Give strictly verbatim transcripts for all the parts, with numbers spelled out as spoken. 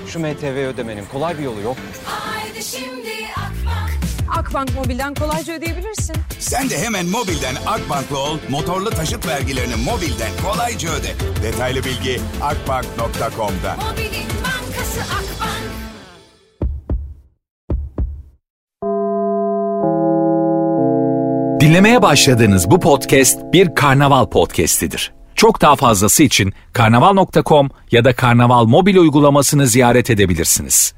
Şu M T V ödemenin kolay bir yolu yok. Haydi şimdi Akbank. Akbank Mobil'den kolayca ödeyebilirsin. Sen de hemen mobilden Akbank'la ol, motorlu taşıt vergilerini mobilden kolayca öde. Detaylı bilgi akbank nokta com'da. Mobilin bankası Akbank. Dinlemeye başladığınız bu podcast bir karnaval podcastidir. Çok daha fazlası için karnaval nokta com ya da karnaval mobil uygulamasını ziyaret edebilirsiniz.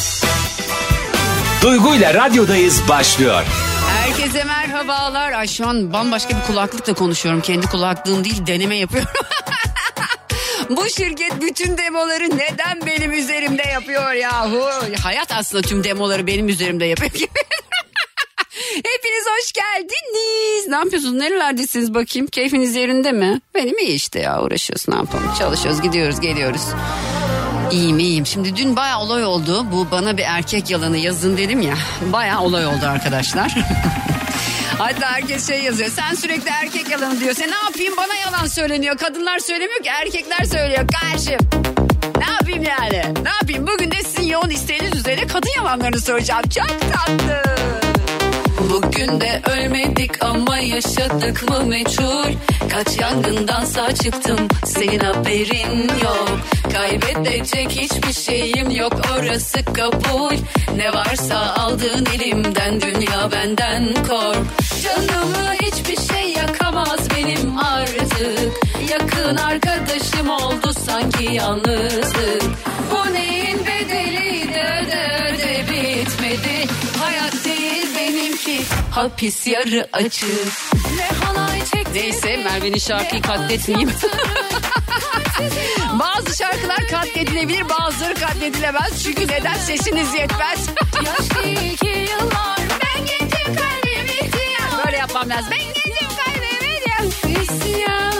Duygu ile radyodayız başlıyor. Herkese merhabalar. Ay şu an bambaşka bir kulaklıkla konuşuyorum. Kendi kulaklığım değil, deneme yapıyorum. Bu şirket bütün demoları neden benim üzerimde yapıyor yahu? Hayat aslında tüm demoları benim üzerimde yapıyor gibi. Hepiniz hoş geldiniz. Ne yapıyorsunuz? Nerelerdesiniz bakayım? Keyfiniz yerinde mi? Benim iyi işte ya, uğraşıyoruz, ne yapalım? Çalışıyoruz, gidiyoruz, geliyoruz. İyiyim iyiyim. Şimdi dün bayağı olay oldu. Bu bana bir erkek yalanı yazın dedim ya. Bayağı olay oldu arkadaşlar. Hatta herkes şey yazıyor. Sen sürekli erkek yalanı diyorsun. Ne yapayım, bana yalan söyleniyor. Kadınlar söylemiyor ki, erkekler söylüyor kardeşim. Ne yapayım yani? Ne yapayım? Bugün de sizin yoğun isteğiniz üzerine kadın yalanlarını söyleyeceğim. Çok tatlı. Bugün de ölmedik ama yaşadık mı meçhul. Kaç yangından sağ çıktım, senin haberin yok. Kaybedecek hiçbir şeyim yok, orası kabul. Ne varsa aldın elimden, dünya benden kork. Canımı hiçbir şey yakamaz benim artık. Yakın arkadaşım oldu sanki yalnızlık. Bu neyin bedeli, de de de bitmedi. Hayat değil benimki, hapis yarı açık. Ne halay çekti. Neyse, Merve'nin şarkıyı katletmeyeyim. Bazı şarkılar katledilebilir, bazıları katledilemez. Çünkü neden, sesiniz yetmez. Yaşlı iki yıllar, ben gencim kalbim ihtiyar. Böyle yapmam lazım. Ben gencim kalbim ihtiyar. İsyan.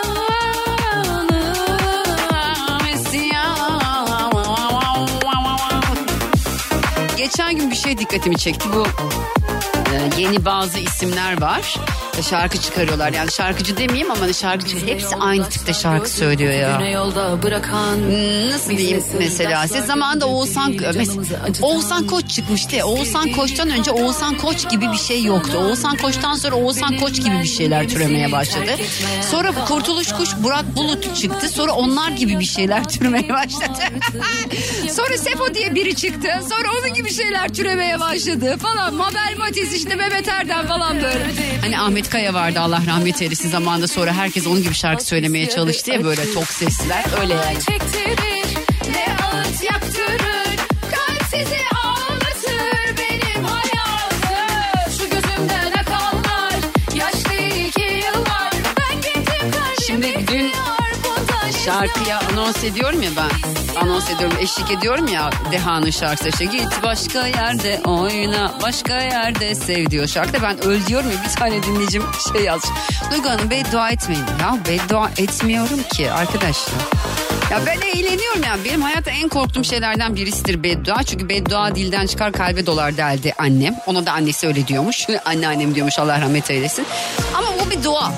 Geçen gün bir şey dikkatimi çekti. Bu e, yeni bazı isimler var. Şarkı çıkarıyorlar. Yani şarkıcı demeyeyim ama şarkıcı, hepsi aynı tipte şarkı söylüyor ya. Nasıl diyeyim mesela size, zamanında Oğuzhan Oğuzhan Koç çıkmıştı ya. Oğuzhan Koç'tan önce Oğuzhan Koç gibi bir şey yoktu. Oğuzhan Koç'tan sonra Oğuzhan Koç gibi bir şeyler türemeye başladı. Sonra Kurtuluş Kuş, Burak Bulut çıktı. Sonra onlar gibi bir şeyler türemeye başladı. Sonra Sefo diye biri çıktı. Sonra onun gibi şeyler türemeye başladı falan. Mabel Matiz, işte Mehmet Erdem falan böyle. Hani Ahmet Kaya vardı, Allah rahmet eylesin, zamanında. Sonra herkes onun gibi şarkı söylemeye çalıştı ya, böyle tok sesliler, öyle yani. Ne ağıt yaktırır, kalp sizi ağlatır, benim hayatım şu gözümde ne kalmar, yaşlı iki yıllar, ben gittim kalbim. Şimdi dün şarkıya anons ediyorum ya ben. Anons ediyorum, eşlik ediyorum ya Deha'nın şarkısı, işte git başka yerde oyna, başka yerde sev diyor şarkıda. Ben öl diyorum ya, bir tane dinleyicim şey yazmış. Duygu Hanım, beddua etmeyin. Ya beddua etmiyorum ki arkadaşlar. Ya ben eğleniyorum yani. Benim hayatta en korktuğum şeylerden birisidir beddua. Çünkü beddua dilden çıkar, kalbe dolar derdi annem. Ona da annesi öyle diyormuş. Anneannem diyormuş, Allah rahmet eylesin. Ama bu bir dua.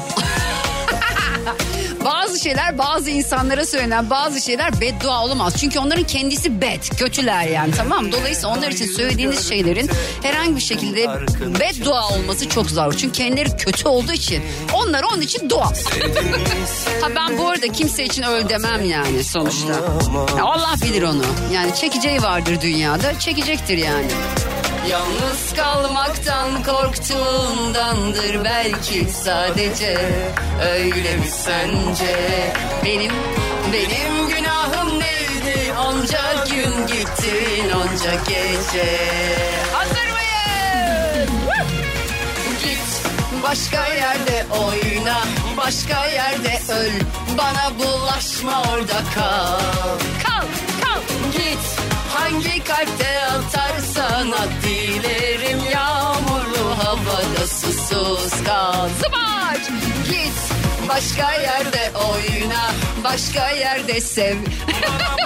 Bazı şeyler, bazı insanlara söylenen bazı şeyler beddua olamaz. Çünkü onların kendisi bad, kötüler yani, tamam mı? Dolayısıyla onlar için söylediğiniz şeylerin herhangi bir şekilde beddua olması çok zor. Çünkü kendileri kötü olduğu için onlar onun için dua. Ha ben bu arada kimse için öl demem yani sonuçta. Ya Allah bilir onu. Yani çekeceği vardır dünyada, çekecektir yani. Yalnız kalmaktan korktuğundandır belki sadece, öyle mi sence? Benim, benim günahım neydi? Onca gün gittin, onca gece. Hazır mıyız? Git başka yerde oyna, başka yerde öl, bana bulaşma, orada kal. Kal, kal. Git. Hangi kalpte atarsan at, dilerim yağmurlu havada susuz kal. Zıbaç! Git başka yerde oyna, başka yerde sev.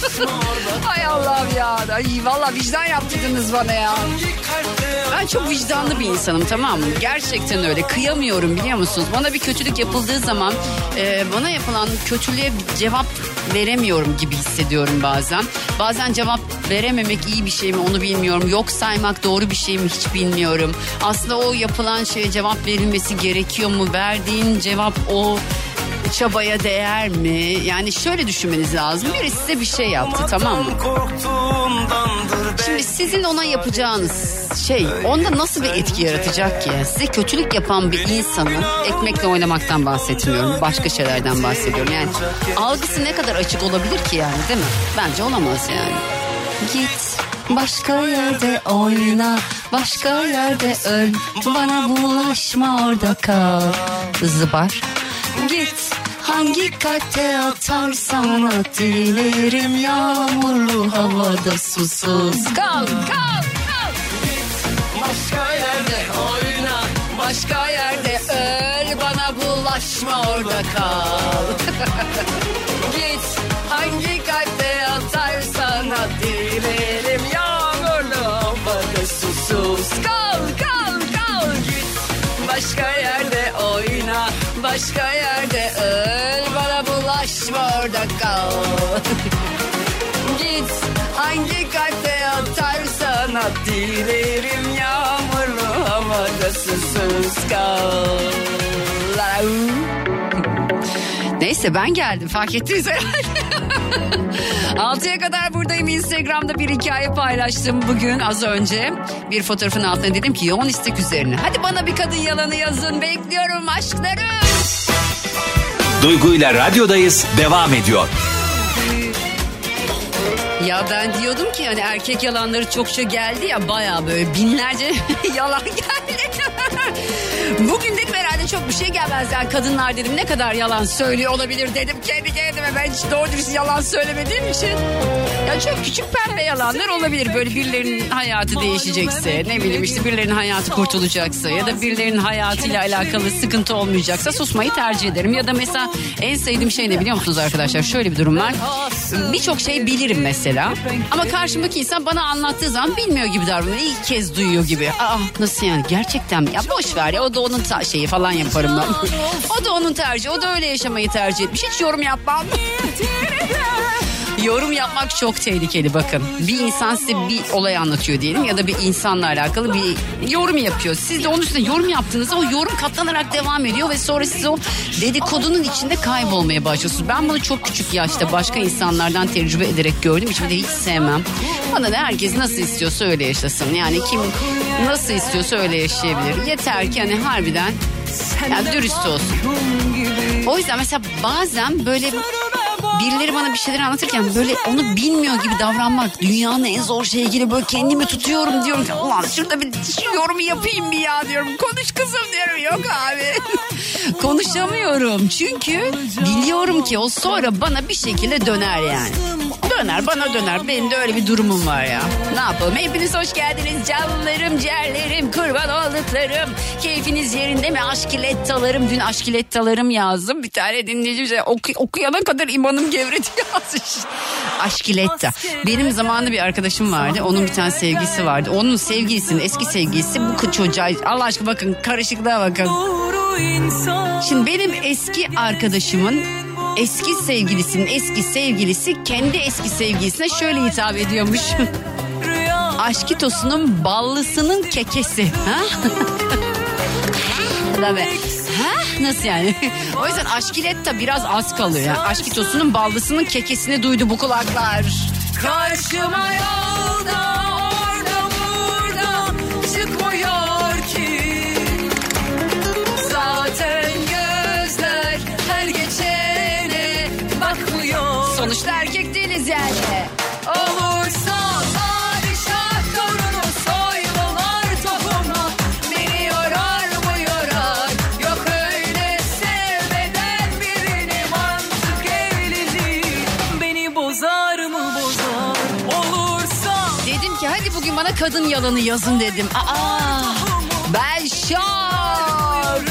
Hay Allah'ım ya. Ay, vallahi vicdan yaptırdınız bana ya. Ben çok vicdanlı bir insanım, tamam mı? Gerçekten öyle. Kıyamıyorum, biliyor musunuz? Bana bir kötülük yapıldığı zaman e, bana yapılan kötülüğe cevap veremiyorum gibi hissediyorum bazen. Bazen cevap verememek iyi bir şey mi onu bilmiyorum. Yok saymak doğru bir şey mi hiç bilmiyorum. Aslında o yapılan şeye cevap verilmesi gerekiyor mu? Verdiğin cevap o çabaya değer mi? Yani şöyle düşünmeniz lazım. Biri size bir şey yaptı, tamam mı? Şimdi sizin ona yapacağınız şey onda nasıl bir etki yaratacak ki? Size kötülük yapan bir insanın, ekmekle oynamaktan bahsetmiyorum, başka şeylerden bahsediyorum. Yani algısı ne kadar açık olabilir ki yani, değil mi? Bence olamaz yani. Git başka yerde oyna, başka yerde öl, bana bulaşma, orada kal. Zıbar. Git hangi kalpte atarsan at, dilerim yağmurlu havada susuz kal, kal, kal. Başka yerde oyna, başka yerde öl, bana bulaşma, orada kal. Git hangi kalpte atarsan at, dilerim yağmurlu havada susuz kal, kal, kal. Git başka yerde oyna, başka yerde öl, bana bulaşma, orada kal. Git hangi kalpte atarsan at, dilerim yağmurlu havada susuz kal. Neyse, ben geldim, fark ettiniz herhalde. altıya kadar buradayım. Instagram'da bir hikaye paylaştım bugün az önce. Bir fotoğrafın altına dedim ki yoğun istek üzerine. Hadi bana bir kadın yalanı yazın, bekliyorum aşklarım. Duygu ile radyodayız devam ediyor. Ya ben diyordum ki hani erkek yalanları çokça geldi ya, bayağı böyle binlerce yalan geldi. Bugün dedim herhalde çok bir şey gelmez yani, kadınlar dedim ne kadar yalan söylüyor olabilir dedim kendi kendime, ben hiç doğru dürüst yalan söylemediğim için. Ya çok küçük pembe yalanlar olabilir, böyle birilerinin hayatı değişecekse, ne bileyim işte birilerinin hayatı kurtulacaksa ya da birilerinin hayatıyla alakalı sıkıntı olmayacaksa susmayı tercih ederim. Ya da mesela en sevdiğim şey ne biliyor musunuz arkadaşlar, şöyle bir durum var, birçok şey bilirim mesela ama karşımdaki insan bana anlattığı zaman bilmiyor gibi davranıyor, ilk kez duyuyor gibi. Aa, nasıl yani, gerçekten mi? Ya boş ver ya, o da onun ta- şeyi falan yaparım ben. O da onun tercihi, o da öyle yaşamayı tercih etmiş, hiç yorum yapmam. Yorum yapmak çok tehlikeli, bakın. Bir insan size bir olay anlatıyor diyelim ya da bir insanla alakalı bir yorum yapıyor. Siz de onun üstüne yorum yaptığınızda o yorum katlanarak devam ediyor ve sonra siz o dedikodunun içinde kaybolmaya başlıyorsunuz. Ben bunu çok küçük yaşta başka insanlardan tecrübe ederek gördüm. Hiçbir de hiç sevmem. Bana da herkes nasıl istiyorsa öyle yaşasın. Yani kim nasıl istiyorsa öyle yaşayabilir. Yeter ki hani harbiden yani dürüst olsun. O yüzden mesela bazen böyle birileri bana bir şeyler anlatırken böyle onu bilmiyor gibi davranmak dünyanın en zor şeyi gibi, böyle kendimi tutuyorum, diyorum ki ulan şurada bir şu yorumu yapayım mı ya diyorum, konuş kızım diyorum, yok abi konuşamıyorum çünkü biliyorum ki o sonra bana bir şekilde döner yani. Döner bana döner, benim de öyle bir durumum var ya. Ne yapalım, hepiniz hoş geldiniz canlarım, ciğerlerim, kurban olduklarım. Keyfiniz yerinde mi aşkilettalarım? Dün aşkilettalarım yazdım, bir tane dinleyicim şey, oku, okuyana kadar imanım gevredi yazmış. Aşkiletta. Benim zamanında bir arkadaşım vardı, onun bir tane sevgilisi vardı. Onun sevgilisinin eski sevgilisi bu çocuğa, Allah aşkına bakın karışıklığa bakın. Şimdi benim eski arkadaşımın eski sevgilisinin eski sevgilisi kendi eski sevgilisine şöyle hitap ediyormuş. Aşkitosunun ballısının kekesi. Ha? Tabii. Ha? Nasıl yani? O yüzden aşkiletta biraz az kalıyor. Yani aşkitosunun ballısının kekesini duydu bu kulaklar. Karşıma yolda orada burada çıkmıyor ki. Zaten gözler her geçene bakmıyor. Sonuçta erkek değiliz yani. Olursa padişah torunu soylular tohuma. Beni yorar mı yorar? Yok öyle sevmeden birini, mantık evliliği beni bozar mı bozar? Olursa dedim ki hadi bugün bana kadın yalanı yazın dedim. Aa, ben şok.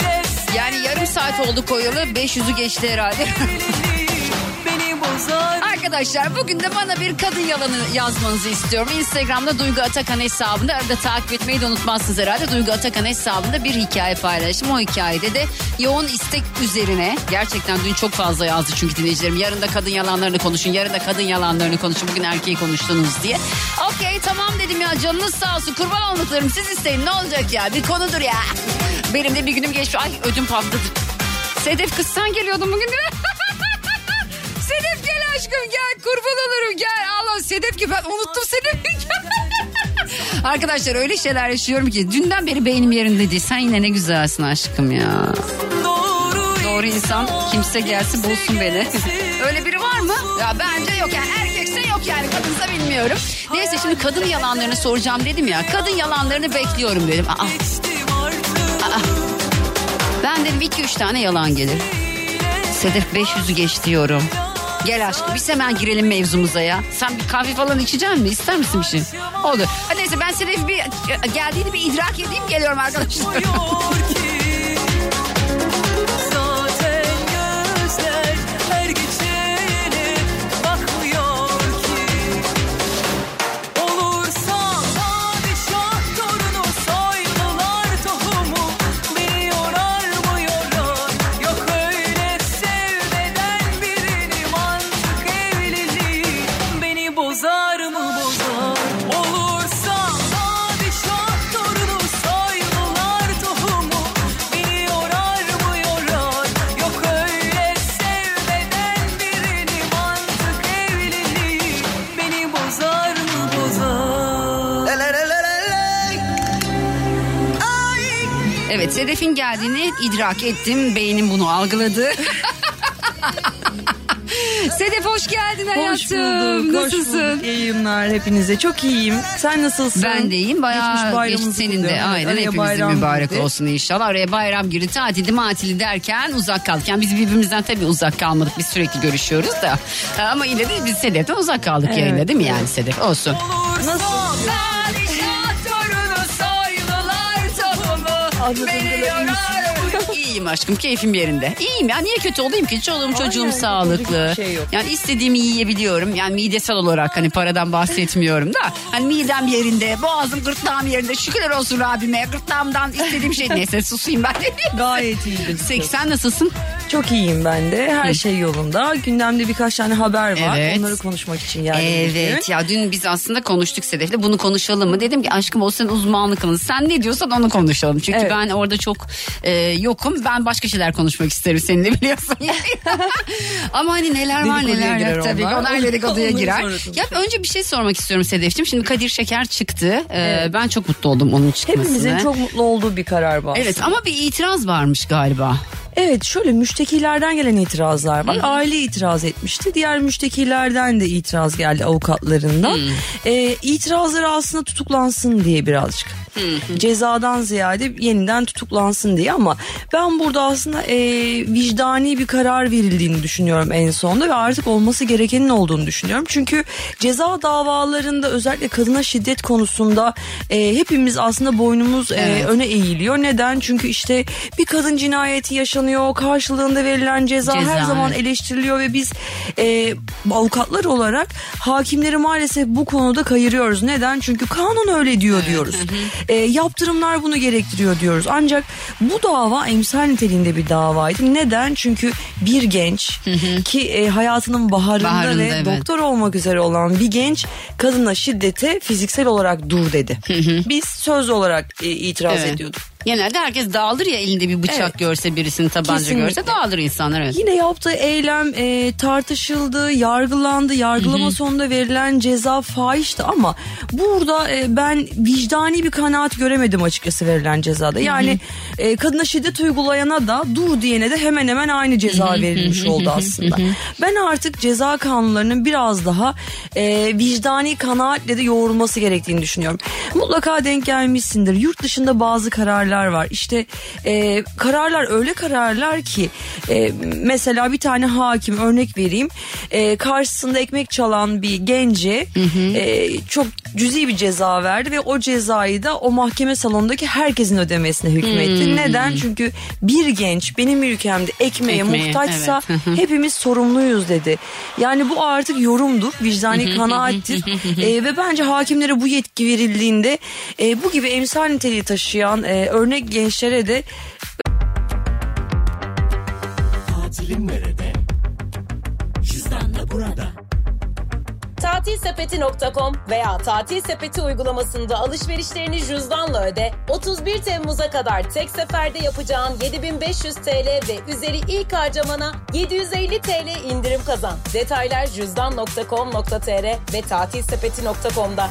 Yani yarım saat oldu koyalı, beş yüzü geçti herhalde. Beni bozar. Arkadaşlar bugün de bana bir kadın yalanı yazmanızı istiyorum. Instagram'da Duygu Atakan hesabında, arada takip etmeyi de unutmazsınız herhalde. Duygu Atakan hesabında bir hikaye paylaştım. O hikayede de yoğun istek üzerine, gerçekten dün çok fazla yazdı çünkü dinleyicilerim. Yarın da kadın yalanlarını konuşun, yarın da kadın yalanlarını konuşun, bugün erkeği konuştunuz diye. Okey tamam dedim ya, canınız sağ olsun, kurban olmaklarım, siz isteyin, ne olacak ya, bir konudur ya. Benim de bir günüm geçti, ay ödüm patladı. Sedef kız sen geliyordun bugün değil mi? Sedef gel aşkım gel, kurban olurum gel. Allah Sedef ki ben unuttum Sedef'i. Arkadaşlar öyle şeyler yaşıyorum ki dünden beri beynim yerinde değil. Sen yine ne güzelsin aşkım ya. Doğru insan kimse gelsin bulsun beni. Öyle biri var mı? Ya bence yok yani, erkekse yok yani, kadınsa bilmiyorum. Neyse şimdi kadın yalanlarını soracağım dedim ya. Kadın yalanlarını bekliyorum dedim. Aa. Aa. Ben dedim iki üç tane yalan gelir. Sedef beş yüzü geç diyorum. Gel aşkım biz hemen girelim mevzumuza ya. Sen bir kahve falan içecek misin? İster misin bir şey? Olur. Hadi neyse ben Sedef'i bir geldiğini bir idrak edeyim, geliyorum arkadaşlar. Evet, Sedef'in geldiğini idrak ettim. Beynim bunu algıladı. Sedef hoş geldin hayatım. Hoş bulduk. Nasılsın? Hoş bulduk. İyi yayınlar hepinize. Çok iyiyim. Sen nasılsın? Ben de iyiyim. Bayağı geçti senin de. Aynen, araya hepimizin mübarek girdi. olsun inşallah. Araya bayram girdi. Tatili matili derken uzak kaldık. Yani biz birbirimizden tabii uzak kalmadık. Biz sürekli görüşüyoruz da. Ama yine de biz Sedef'ten uzak kaldık evet, yayında değil mi yani Sedef? Olsun. Nasıl? İyiyim aşkım, keyfim yerinde. İyiyim ya, niye kötü olayım ki? Çoluğum çocuğum Aynen, sağlıklı. Şey yani istediğimi yiyebiliyorum. Yani midesel olarak, hani paradan bahsetmiyorum da. Hani midem yerinde, boğazım gırtlağım yerinde. Şükürler olsun Rabbime. Gırtlağımdan istediğim şey neyse susayım ben. Gayet iyidir. Sen nasılsın? Çok iyiyim ben de. Her Hı. şey yolunda. Gündemde birkaç tane haber var. Evet. Onları konuşmak için geldim. Evet bugün. Ya dün biz aslında konuştuk Sedef'le. Bunu konuşalım mı? Dedim ki aşkım o senin uzmanlıkın. Sen ne diyorsan onu konuşalım. Çünkü evet, ben orada çok e, yokum. Ben başka şeyler konuşmak isterim seninle, biliyorsun. Ama hani neler var neler yok tabii. Onlar, onlar dedikoduya girer. Ya önce bir şey sormak istiyorum Sedef'ciğim. Şimdi Kadir Şeker çıktı. Ee, evet. Ben çok mutlu oldum onun çıkmasına. Hepimizin çok mutlu olduğu bir karar bu aslında. Evet ama bir itiraz varmış galiba. Evet, şöyle müştekilerden gelen itirazlar var. Hı. Aile itiraz etmişti. Diğer müştekilerden de itiraz geldi avukatlarından. Ee, itirazları aslında tutuklansın diye birazcık. Hı. Cezadan ziyade yeniden tutuklansın diye, ama ben burada aslında e, vicdani bir karar verildiğini düşünüyorum en sonunda ve artık olması gerekenin olduğunu düşünüyorum. Çünkü ceza davalarında özellikle kadına şiddet konusunda e, hepimiz aslında boynumuz evet. e, öne eğiliyor. Neden? Çünkü işte bir kadın cinayeti yaşanıyor, karşılığında verilen ceza, ceza her zaman eleştiriliyor ve biz e, avukatlar olarak hakimleri maalesef bu konuda kayırıyoruz. Neden? Çünkü kanun öyle diyor evet. diyoruz. E, yaptırımlar bunu gerektiriyor diyoruz. Ancak bu dava emsal niteliğinde bir davaydı. Neden? Çünkü bir genç hı hı. ki e, hayatının baharında, baharında ve evet. doktor olmak üzere olan bir genç kadına şiddete fiziksel olarak dur dedi. Hı hı. Biz sözlü olarak e, itiraz evet. ediyorduk. Genelde herkes dağılır ya, elinde bir bıçak evet. görse, birisinin tabanca Kesinlikle. görse dağılır insanlar. Evet. Yine yaptığı eylem e, tartışıldı, yargılandı. Yargılama Hı-hı. sonunda verilen ceza fahişti, ama burada e, ben vicdani bir kanaat göremedim açıkçası verilen cezada. Yani e, kadına şiddet uygulayana da dur diyene de hemen hemen aynı ceza Hı-hı. verilmiş Hı-hı. oldu aslında. Hı-hı. Ben artık ceza kanunlarının biraz daha e, vicdani kanaatle de yoğrulması gerektiğini düşünüyorum. Mutlaka denk gelmişsindir. Yurt dışında bazı kararlar var. İşte e, kararlar öyle kararlar ki e, mesela bir tane hakim, örnek vereyim, e, karşısında ekmek çalan bir gence hı hı. E, çok cüzi bir ceza verdi ve o cezayı da o mahkeme salonundaki herkesin ödemesine hükmetti. Hmm. Neden? Çünkü bir genç benim ülkemde ekmeğe, ekmeğe muhtaçsa evet. hepimiz sorumluyuz dedi. Yani bu artık yorumdur, vicdani kanaattir e, ve bence hakimlere bu yetki verildiğinde e, bu gibi emsal niteliği taşıyan e, örnek gençlere de tatilim nerede? Cüzdanla burada. tatil sepeti nokta com veya Tatil Sepeti uygulamasında alışverişlerini cüzdanla öde. otuz bir Temmuz'a kadar tek seferde yapacağın yedi bin beş yüz TL ve üzeri ilk harcamana yedi yüz elli TL indirim kazan. Detaylar cüzdan nokta com nokta tr ve tatil sepeti nokta com'da.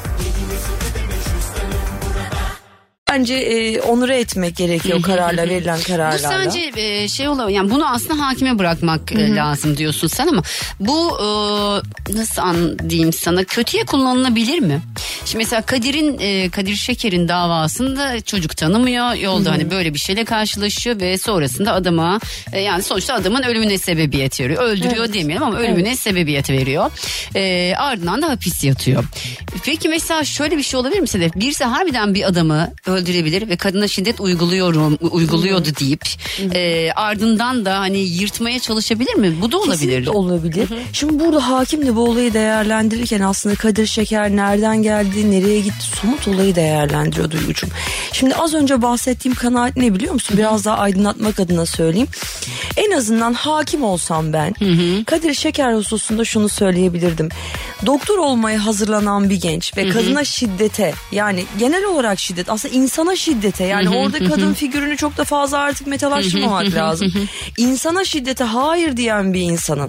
Bence e, onure etmek gerekiyor kararla verilen kararlarla. Bu sence e, şey oluyor yani bunu aslında hakime bırakmak e, lazım diyorsun sen ama bu e, nasıl an diyeyim sana kötüye kullanılabilir mi? Şimdi mesela Kadir'in e, Kadir Şeker'in davasında çocuk tanımıyor yolda Hı-hı. hani böyle bir şeyle karşılaşıyor ve sonrasında adama e, yani sonuçta adamın ölümüne sebebiyet veriyor. Öldürüyor evet. demeyelim ama ölümüne evet. sebebiyet veriyor. E, ardından da hapis yatıyor. Peki mesela şöyle bir şey olabilir mi Sedef? Birisi harbiden bir adamı öldürebilir ve kadına şiddet uyguluyorum uyguluyordu deyip e, ardından da hani yırtmaya çalışabilir mi? Bu da olabilir. Kesinlikle olabilir. Hı hı. Şimdi burada hakim de bu olayı değerlendirirken aslında Kadir Şeker nereden geldi, nereye gitti, somut olayı değerlendiriyor Duygucuğum. Şimdi az önce bahsettiğim kanaat ne biliyor musun? Biraz daha aydınlatmak adına söyleyeyim. En azından hakim olsam ben hı hı. Kadir Şeker hususunda şunu söyleyebilirdim. Doktor olmaya hazırlanan bir genç ve hı hı. kadına şiddete yani genel olarak şiddet aslında insana şiddete yani hı hı, orada kadın hı. figürünü çok da fazla artık metalaştırmamak lazım. İnsana şiddete hayır diyen bir insanın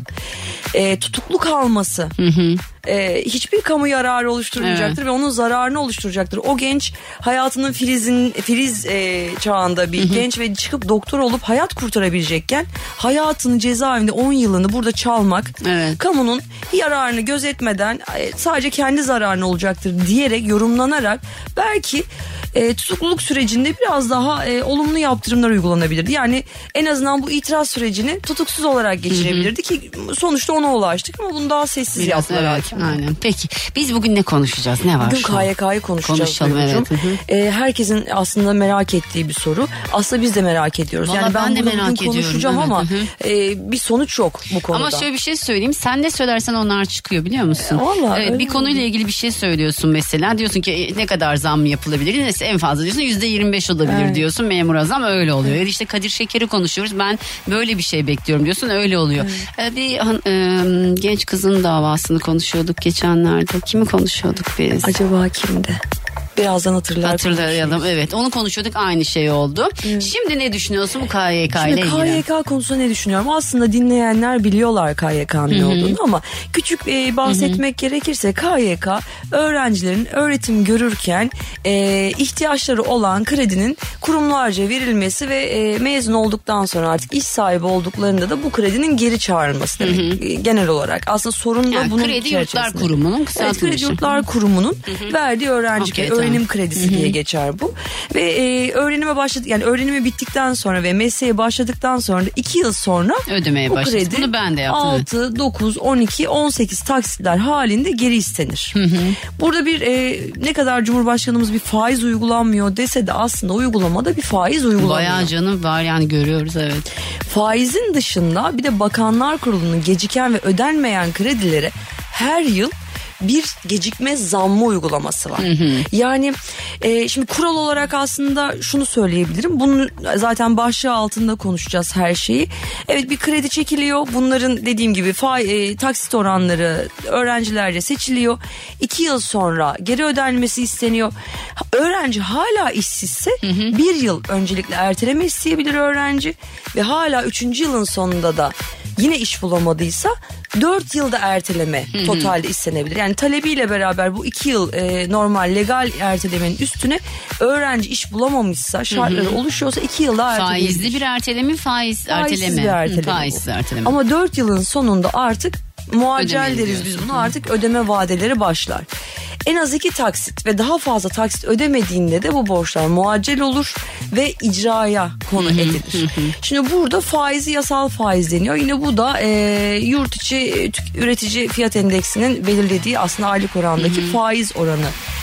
e, tutuklu kalması hı hı. E, hiçbir kamu yararı oluşturmayacaktır evet. ve onun zararını oluşturacaktır. O genç hayatının filizin filiz e, çağında bir hı hı. genç ve çıkıp doktor olup hayat kurtarabilecekken hayatını cezaevinde on yılını burada çalmak evet. kamunun yararını gözetmeden e, sadece kendi zararını olacaktır diyerek yorumlanarak belki e, tutukluluk sürecinde biraz daha e, olumlu yaptırımlar uygulanabilirdi. Yani en azından bu itiraz sürecini tutuksuz olarak geçirebilirdi hı hı. ki sonuçta ona ulaştık ama bunu daha sessiz biraz yaptılar evet. hakim. Aynen. Peki biz bugün ne konuşacağız? Ne var? Bugün K Y K'yı konuşacağız. Konuşalım evet. E, herkesin aslında merak ettiği bir soru. Aslında biz de merak ediyoruz. Vallahi yani ben, ben de bunu merak bugün konuşacağım ediyorum. ama e, bir sonuç yok bu konuda. Ama şöyle bir şey söyleyeyim. Sen ne söylersen onlar çıkıyor biliyor musun? E, vallahi, evet, bir konuyla ilgili bir şey söylüyorsun mesela. Diyorsun ki ne kadar zam yapılabilir? En fazla diyorsun yüzde yirmi beş olabilir evet. diyorsun. Memura zam öyle oluyor. Evet. İşte Kadir Şeker'i konuşuyoruz. Ben böyle bir şey bekliyorum diyorsun. Öyle oluyor. Evet. E, bir e, genç kızın davasını konuşuyorduk geçenlerde. Kimi konuşuyorduk biz? Acaba kimdi? Birazdan hatırlar. Hatırlayalım evet onu konuşuyorduk aynı şey oldu. Evet. Şimdi ne düşünüyorsun bu K Y K ile ilgili? K Y K konusunda ne düşünüyorum? Aslında dinleyenler biliyorlar K Y K'nın ne olduğunu ama küçük e, bahsetmek Hı-hı. gerekirse K Y K öğrencilerin öğretim görürken e, ihtiyaçları olan kredinin kurumlarca verilmesi ve e, mezun olduktan sonra artık iş sahibi olduklarında da bu kredinin geri çağrılması demek e, genel olarak. Aslında sorun da yani bunun Kredi Yurtlar Kurumu'nun kısaltılmışı. Evet, Kredi Yurtlar Kurumu'nun Hı-hı. verdiği öğrenci okay, öğrenim kredisi Hı-hı. diye geçer bu. Ve e, öğrenime başladı yani öğrenimi bittikten sonra ve mesleğe başladıktan sonra iki yıl sonra ödemeye başladı. Bunu ben de yaptım. altı, dokuz, on iki, on sekiz taksitler halinde geri istenir. Hı-hı. Burada bir e, ne kadar Cumhurbaşkanımız bir faiz uygulanmıyor dese de aslında uygulamada bir faiz uygulanıyor. Bayağı canım var yani görüyoruz evet. Faizin dışında bir de Bakanlar Kurulu'nun geciken ve ödenmeyen kredilere her yıl bir gecikme zammı uygulaması var. Hı hı. Yani e, şimdi kural olarak aslında şunu söyleyebilirim. Bunu zaten başlığı altında konuşacağız her şeyi. Evet bir kredi çekiliyor. Bunların dediğim gibi fa, e, taksit oranları öğrencilerce seçiliyor. İki yıl sonra geri ödenmesi isteniyor. Öğrenci hala işsizse hı hı. bir yıl öncelikle erteleme isteyebilir öğrenci ve hala üçüncü yılın sonunda da yine iş bulamadıysa dört yılda erteleme hı hı. totalde istenebilir. Yani talebiyle beraber bu iki yıl e, normal legal ertelemenin üstüne öğrenci iş bulamamışsa şartları hı hı. oluşuyorsa iki yılda erteleyebilir. Faizli bir erteleme faiz erteleme. Faizsiz bir erteleme. Faizsiz erteleme. Ama dört yılın sonunda artık muaccel deriz diyorsun. Biz bunu artık ödeme vadeleri başlar. En az iki taksit ve daha fazla taksit ödemediğinde de bu borçlar muaccel olur ve icraya konu edilir. Şimdi burada faizi yasal faiz deniyor. Yine bu da e, yurt içi üretici fiyat endeksinin belirlediği aslında aylık orandaki faiz oranı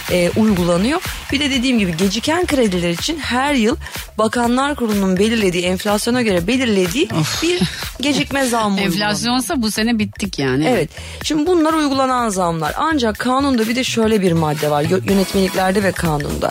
e, uygulanıyor. Bir de dediğim gibi geciken krediler için her yıl Bakanlar Kurulu'nun belirlediği, enflasyona göre belirlediği bir gecikme zammı uygulanıyor. Enflasyonsa bu sene bittik yani. Evet. Şimdi bunlar uygulanan zamlar. Ancak kanunda bir de şöyle bir madde var. Yönetmeliklerde ve kanunda.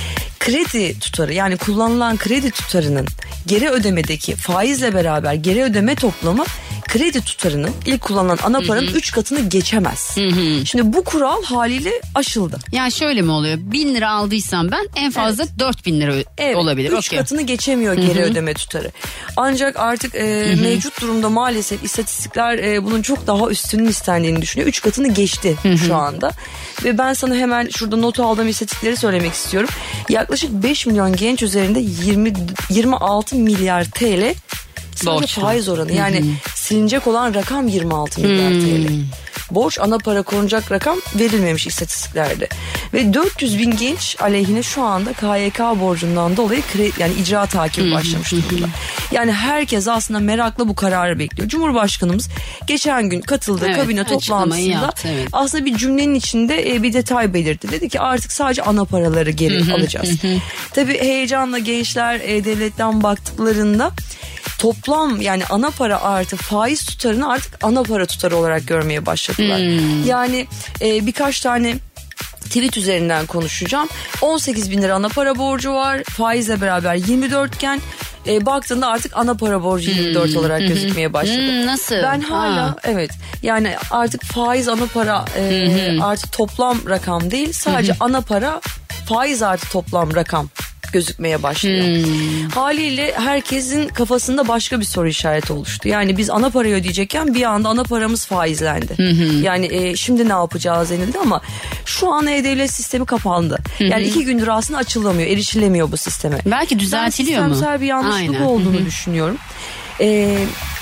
Kredi tutarı, yani kullanılan kredi tutarının geri ödemedeki faizle beraber geri ödeme toplamı kredi tutarının, ilk kullanılan ana paranın üç katını geçemez. Hı hı. Şimdi bu kural haliyle aşıldı. Yani şöyle mi oluyor? bin lira aldıysam ben en fazla evet. dört bin lira evet, olabilir. üç okay. katını geçemiyor geri Hı-hı. ödeme tutarı. Ancak artık e, mevcut durumda maalesef istatistikler e, bunun çok daha üstünün istendiğini düşünüyor. üç katını geçti Hı-hı. şu anda. Ve ben sana hemen şurada notu aldığım istatistikleri söylemek istiyorum. Yaklaşık beş milyon genç üzerinde yirmi yirmi altı milyar T L sadece borç faiz oranı. Yani Hı-hı. silinecek olan rakam yirmi altı milyar T L. Borç, ana para korunacak rakam verilmemiş istatistiklerde. Ve dört yüz bin genç aleyhine şu anda K Y K borcundan dolayı kredi, yani icra takibi başlamış durumda. Yani herkes aslında merakla bu kararı bekliyor. Cumhurbaşkanımız geçen gün katıldığı evet, kabine toplantısında yaptı, evet. aslında bir cümlenin içinde bir detay belirtti. Dedi ki artık sadece ana paraları geri hı hı, alacağız. Hı. Tabii heyecanla gençler devletten baktıklarında toplam, yani ana para artı faiz tutarını artık ana para tutarı olarak görmeye başladılar. Hmm. Yani e, birkaç tane tweet üzerinden konuşacağım. on sekiz bin lira ana para borcu var. Faizle beraber yirmi dört iken e, baktığında artık ana para borcu yirmi dört hmm. olarak gözükmeye başladı. Hmm, nasıl? Ben hala ha. evet yani artık faiz ana para e, hmm. artı toplam rakam değil, sadece hmm. ana para faiz artı toplam rakam gözükmeye başlıyor. Hmm. Haliyle herkesin kafasında başka bir soru işareti oluştu. Yani biz ana parayı ödeyecekken bir anda ana paramız faizlendi. Hmm. Yani e, şimdi ne yapacağız denildi ama şu an e-devlet sistemi kapandı. Hmm. Yani iki gündür aslında açılamıyor, erişilemiyor bu sisteme. Belki düzeltiliyor mu? Ben sistemsel bir yanlışlık Aynen. olduğunu hmm. düşünüyorum. Eee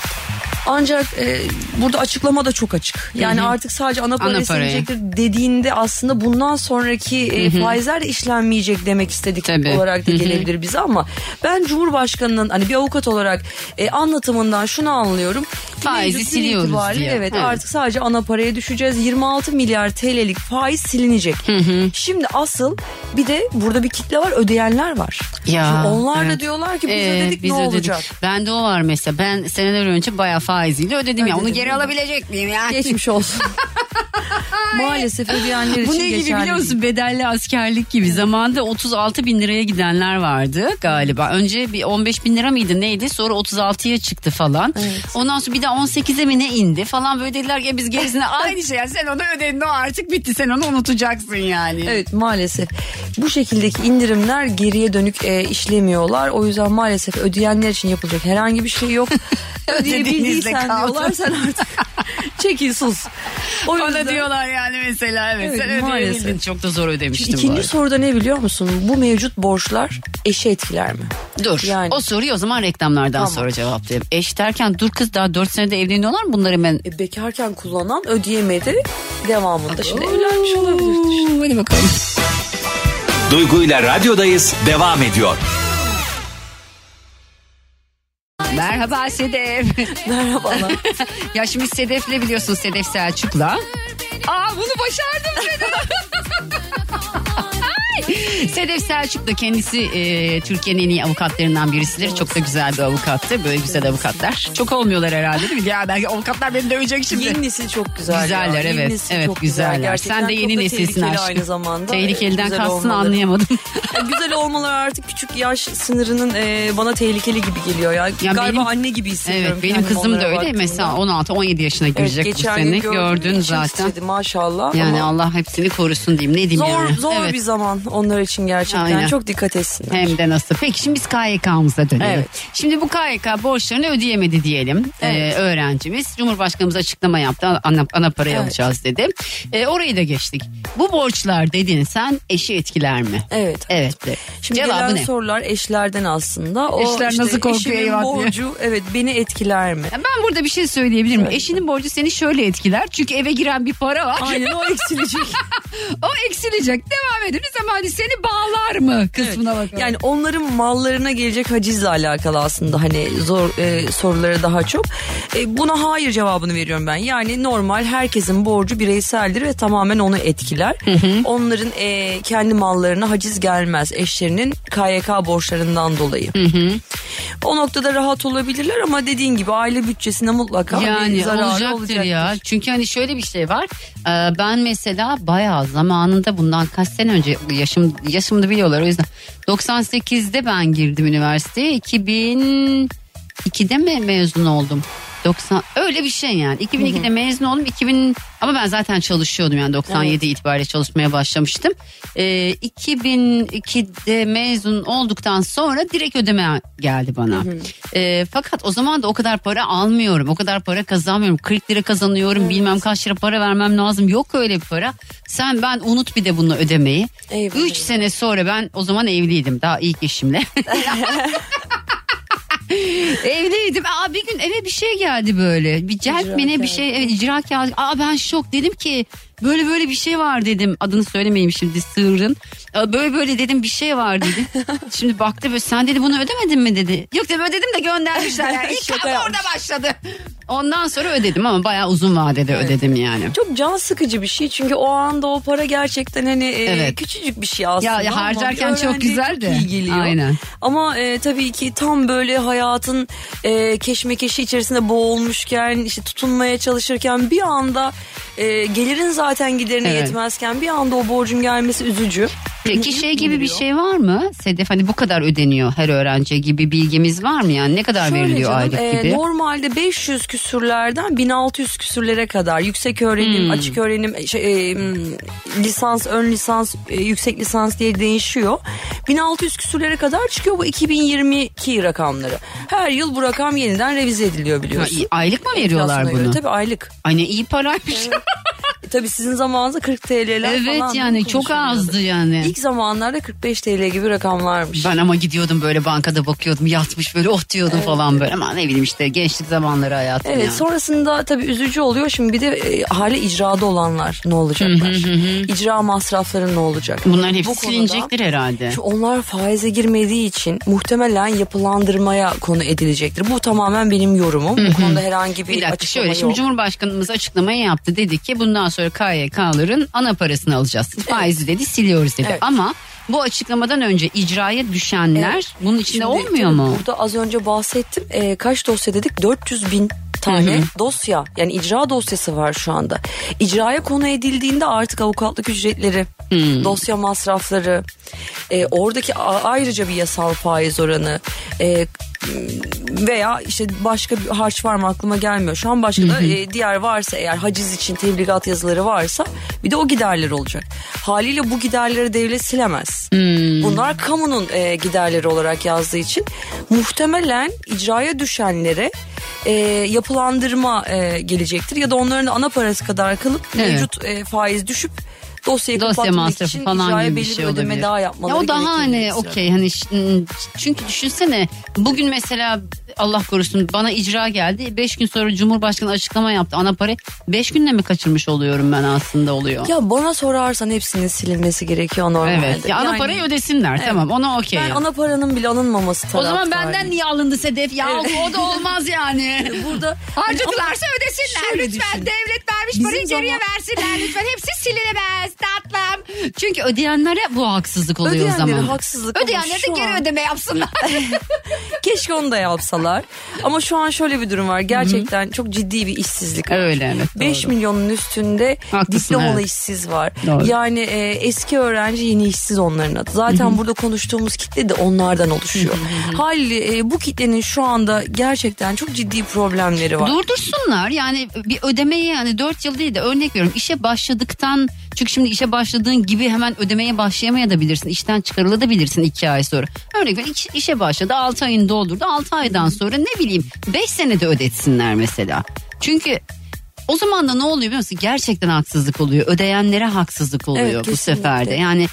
Ancak e, burada açıklama da çok açık. Yani Hı-hı. artık sadece ana para silinecektir dediğinde aslında bundan sonraki e, faizler de işlenmeyecek demek istedik Tabii. olarak da Hı-hı. gelebilir bize, ama ben Cumhurbaşkanı'nın hani bir avukat olarak e, anlatımından şunu anlıyorum. Faizi siliyoruz diye. Evet, evet artık sadece ana paraya düşeceğiz. yirmi altı milyar T L'lik faiz silinecek. Hı-hı. Şimdi asıl bir de burada bir kitle var, ödeyenler var. Ya, Şimdi onlar evet. da diyorlar ki biz ee, ödedik biz ne ödedik. olacak? Bende o var mesela. Ben seneler önce bayağı faiziyle ödedim, ödedim ya. Onu geri mi? alabilecek miyim yani? Geçmiş olsun. Maalesef ödeyenler için geçerli. Bu ne gibi biliyor musun? Bedelli askerlik gibi. Zamanında otuz altı bin liraya gidenler vardı galiba. Önce bir on beş bin lira mıydı neydi? Sonra otuz altıya çıktı falan. Evet. Ondan sonra bir de on sekize mi ne indi falan, böyle dediler ki biz gerisine aynı şey. Yani sen onu ödedin, o artık bitti, sen onu unutacaksın yani. Evet, maalesef. Bu şekildeki indirimler geriye dönük e, işlemiyorlar. O yüzden maalesef ödeyenler için yapılacak herhangi bir şey yok. Ödeyebildiysen diyorlar, sen artık çekil sus. O yüzden... Bana diyorlar yani mesela evet, evet sen ödeyebildin, çok da zor ödemiştim. İkinci soruda ne biliyor musun? Bu mevcut borçlar eşi etkiler mi? Dur yani... o soruyu o zaman reklamlardan tamam. sonra cevaplayayım. Eş derken dur kız, daha dört senede evleniyorlar mı bunları hemen? E, bekarken kullanan ödeyemedi, devamında şimdi evlenmiş olabilir. Işte. Hadi bakalım. Duygu ile radyodayız devam ediyor. Merhaba Sedef. Merhabalar. Ya şimdi Sedef'le biliyorsun, Sedef Selçuk'la. Aa, bunu başardım Sedef. Sedef Selçuk da kendisi e, Türkiye'nin en iyi avukatlarından birisidir. Evet. Çok da güzel bir avukattı. Böyle güzel avukatlar. Çok olmuyorlar herhalde değil mi? Ya belki avukatlar beni dövecek şimdi. Yeni nesil çok güzel. Güzeller ya. evet. Evet güzeller. Güzel. Sen de yeni nesilsin aşkım. Aynı zamanda. Tehlikeliden kastını olmaları. Anlayamadım. Güzel olmalar artık küçük yaş sınırının e, bana tehlikeli gibi geliyor ya. ya Galiba benim, anne gibi hissediyorum. Evet, benim kızım da öyle. Baktığımda. Mesela on altı on yedi yaşına girecek evet, bu sene. Gördün zaten. Istedi, maşallah. Yani ama Allah hepsini korusun diyeyim. Ne diyeyim zor, yani. Zor evet. bir zaman onlar için gerçekten. Aynen. Çok dikkat etsinler. Hem de nasıl. Peki şimdi biz K Y K'mıza dönelim. Evet. Şimdi bu K Y K borçlarını ödeyemedi diyelim evet. ee, öğrencimiz. Cumhurbaşkanımız açıklama yaptı. Ana, ana parayı evet. alacağız dedi. Ee, orayı da geçtik. Bu borçlar dedin sen, eşi etkiler mi? Evet. Evet. De. Şimdi Cevabı gelen ne? sorular eşlerden aslında. O Eşler işte nasıl korkuyor eyvah borcu evet beni etkiler mi? Ben burada bir şey söyleyebilir miyim? Evet. Eşinin borcu seni şöyle etkiler. Çünkü eve giren bir para var. Aynen, o eksilecek. O eksilecek. Devam edin. Ne zaman hani seni bağlar mı kısmına Evet. bakalım. Yani onların mallarına gelecek hacizle alakalı aslında hani zor e, soruları daha çok. E, buna hayır cevabını veriyorum ben. Yani normal herkesin borcu bireyseldir ve tamamen onu etkiler. Hı hı. Onların e, kendi mallarına haciz gelmez eşlerinin K Y K borçlarından dolayı. Hı hı. O noktada rahat olabilirler ama dediğin gibi aile bütçesine mutlaka yani bir zararı olacaktır, olacaktır ya. Çünkü hani şöyle bir şey var. Ee, ben mesela bayağı zamanında bundan kaç sene önce yaşım yaşımı da biliyorlar o yüzden doksan sekizde ben girdim üniversiteye. iki bin ikide mi mezun oldum? doksan öyle bir şey yani. iki bin ikide mezun oldum. iki bin ama ben zaten çalışıyordum yani doksan yedi evet. itibariyle çalışmaya başlamıştım. Ee, iki bin ikide mezun olduktan sonra direkt ödeme geldi bana. Ee, fakat o zaman da o kadar para almıyorum. O kadar para kazanmıyorum. kırk lira kazanıyorum. Evet. Bilmem kaç lira para vermem lazım. Yok öyle bir para. Sen ben unut bir de bunu ödemeyi. üç sene sonra ben o zaman evliydim. Daha ilk eşimle. Evdeydim. Aa, bir gün eve bir şey geldi böyle. Bir celp mi ne bir şey. Evet, icra kağıdı. Aa, ben şok dedim ki böyle böyle bir şey var dedim. Adını söylemeyeyim şimdi sığırın. Böyle böyle dedim bir şey var dedi. Şimdi baktı böyle sen dedi bunu ödemedin mi dedi. Yok dedim ödedim de göndermişler. Yani. İlk kan orada başladı. Ondan sonra ödedim ama bayağı uzun vadede evet. ödedim yani. Çok can sıkıcı bir şey çünkü o anda o para gerçekten hani evet. e, küçücük bir şey aslında. Ya, ya harcarken çok güzel de. Iyi geliyor. Aynen. Ama e, tabii ki tam böyle hayatın e, keşmekeşi içerisinde boğulmuşken işte tutunmaya çalışırken bir anda e, gelirin zaten giderine evet. yetmezken bir anda o borcun gelmesi üzücü. Peki şey gibi bir şey var mı Sedef, hani bu kadar ödeniyor her öğrenci gibi bilgimiz var mı yani ne kadar Şöyle veriliyor canım, aylık e, gibi? Normalde beş yüz küsürlerden bin altı yüz küsürlere kadar yüksek öğrenim, hmm. açık öğrenim, şey, e, lisans, ön lisans, e, yüksek lisans diye değişiyor. bin altı yüz küsürlere kadar çıkıyor bu iki bin yirmi iki rakamları. Her yıl bu rakam yeniden revize ediliyor biliyorsun. Ha, aylık mı veriyorlar bunu? Göre, tabii aylık. Ay ne iyi paraymış. Evet. Tabii sizin zamanınızda kırk T L'ler evet, falan. Evet yani çok azdı yani. İlk zamanlarda kırk beş T L gibi rakamlarmış. Ben ama gidiyordum böyle bankada bakıyordum yatmış böyle oh diyordum evet. falan böyle ama ne bileyim işte gençlik zamanları hayatım. Evet yani. Sonrasında tabii üzücü oluyor şimdi bir de e, hali icrada olanlar ne olacaklar? Hı hı hı. İcra masrafları ne olacak? Bunların hepsi bu silinecektir konuda, herhalde. Onlar faize girmediği için muhtemelen yapılandırmaya konu edilecektir. Bu tamamen benim yorumum. Hı hı. Bu konuda herhangi bir, bir dakika, açıklama şöyle, yok. Şimdi Cumhurbaşkanımız açıklamayı yaptı dedi ki bundan sonra K Y K'ların ana parasını alacağız. Faizi evet. dedi siliyoruz dedi evet. ama bu açıklamadan önce icraya düşenler evet. bunun içinde şimdi, olmuyor mu? Burada az önce bahsettim e, kaç dosya dedik dört yüz bin tane hı hı. dosya yani icra dosyası var şu anda. İcraya konu edildiğinde artık avukatlık ücretleri, hı. dosya masrafları, e, oradaki ayrıca bir yasal faiz oranı e, veya işte başka bir harç var mı aklıma gelmiyor. Şu an başka da e, diğer varsa eğer haciz için tebligat yazıları varsa bir de o giderler olacak. Haliyle bu giderleri devlet silemez. Hmm. Bunlar kamunun e, giderleri olarak yazdığı için muhtemelen icraya düşenlere e, yapılandırma e, gelecektir ya da onların ana parası kadar kalıp evet. mevcut e, faiz düşüp dosyayı dosya kapatmak için falan gibi bir belli şey ödeme olabilir. daha yapmaları ya o daha hani okey hani çünkü düşünsene bugün mesela Allah korusun bana icra geldi beş gün sonra Cumhurbaşkanı açıklama yaptı ana para beş günde mi kaçırmış oluyorum ben aslında oluyor. Ya bana sorarsan hepsinin silinmesi gerekiyor normalde. Evet ya ana yani, parayı ödesinler evet. tamam ona okey. Ben ana paranın bile alınmaması taraftarıyım. O zaman benden niye alındı Sedef ya evet. o da olmaz yani. Burada harcadılarsa ödesinler lütfen düşün. Devlet vermiş bizim parayı zaman... geriye versinler lütfen hepsi silinemez tatlım. Çünkü ödeyenlere bu haksızlık oluyor o zaman. Ödeyenlere haksızlık. Ödeyenlere de geri an... ödeme yapsınlar. Keşke onu da yapsalar. Ama şu an şöyle bir durum var. Gerçekten Hı-hı. çok ciddi bir işsizlik var. Öyle evet. beş milyonun üstünde haklısın, diplomalı evet. işsiz var. Doğru. Yani e, eski öğrenci yeni işsiz onların adı. Zaten Hı-hı. burada konuştuğumuz kitle de onlardan oluşuyor. Hı-hı. Haliyle e, bu kitlenin şu anda gerçekten çok ciddi problemleri var. Durdursunlar. Yani bir ödemeyi yani dört yıl değil de örnek veriyorum işe başladıktan çünkü şimdi işe başladığın gibi hemen ödemeye başlayamayabilirsin. İşten çıkarılabilirsin iki ay sonra. Örnek veriyorum iş, işe başladı altı ayını doldurdu. altı aydan sonra ne bileyim beş senede ödetsinler mesela. Çünkü o zaman da ne oluyor biliyor musun? Gerçekten haksızlık oluyor. Ödeyenlere haksızlık oluyor evet, bu sefer de. Yani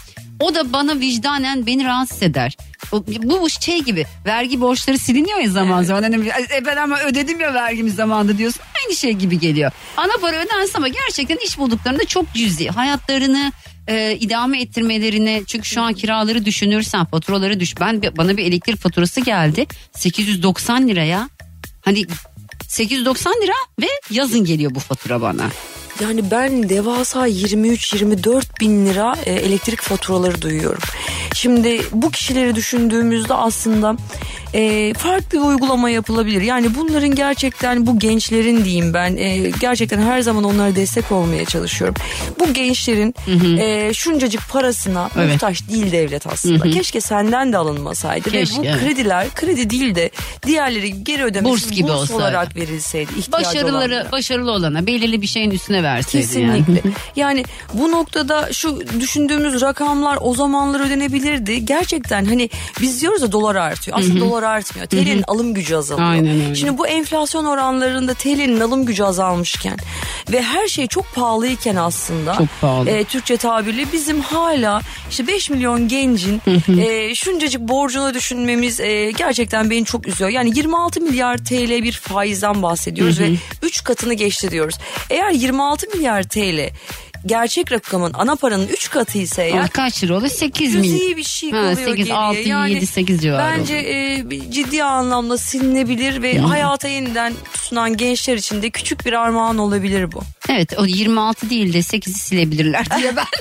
O da bana vicdanen beni rahatsız eder. O, bu bu şey gibi vergi borçları siliniyor ya zaman evet. zaman. Hani, e, ben ama ödedim ya vergimi zamanında diyorsun. Aynı şey gibi geliyor. Ana para ödense ama gerçekten iş bulduklarında çok cüzi. Hayatlarını e, idame ettirmelerine, çünkü şu an kiraları düşünürsen, faturaları düş. Ben bana bir elektrik faturası geldi. sekiz yüz doksan liraya. Hani sekiz yüz doksan lira ve yazın geliyor bu fatura bana. Yani ben devasa yirmi üç yirmi dört bin lira e, elektrik faturaları duyuyorum. Şimdi bu kişileri düşündüğümüzde aslında e, farklı bir uygulama yapılabilir. Yani bunların gerçekten, bu gençlerin diyeyim ben, e, gerçekten her zaman onlara destek olmaya çalışıyorum. Bu gençlerin hı hı. E, şuncacık parasına evet. muhtaç değil devlet aslında. Hı hı. Keşke senden de alınmasaydı. Keşke, ve bu evet. krediler kredi değil de diğerleri geri ödemesi burs, gibi burs olarak verilseydi. Başarıları, olanlara. başarılı olana belirli bir şeyin üstüne verseydi. Kesinlikle. Yani. yani bu noktada şu düşündüğümüz rakamlar o zamanlar ödenebilirdi. Gerçekten hani biz diyoruz ya dolar artıyor. Aslında Hı-hı. dolar artmıyor. T L'nin alım gücü azalıyor. Aynen öyle. Şimdi bu enflasyon oranlarında T L'nin alım gücü azalmışken ve her şey çok pahalıyken aslında çok pahalı. E, Türkçe tabirle bizim hala işte beş milyon gencin e, şuncacık borcunu düşünmemiz e, gerçekten beni çok üzüyor. Yani yirmi altı milyar T L bir faizden bahsediyoruz Hı-hı. ve üç katını geçti diyoruz. Eğer yirmi altı milyar T L gerçek rakamın, ana paranın üç katı ise eğer kaç lira olur? sekiz milyon. Cüzi bir şey kalıyor sekiz, geriye. altı, yani yedi, sekiz civarı. Bence e, ciddi anlamda silinebilir ve hmm. hayata yeniden tutunan gençler için de küçük bir armağan olabilir bu. Evet, o yirmi altı değil de sekizi silebilirler diye ben.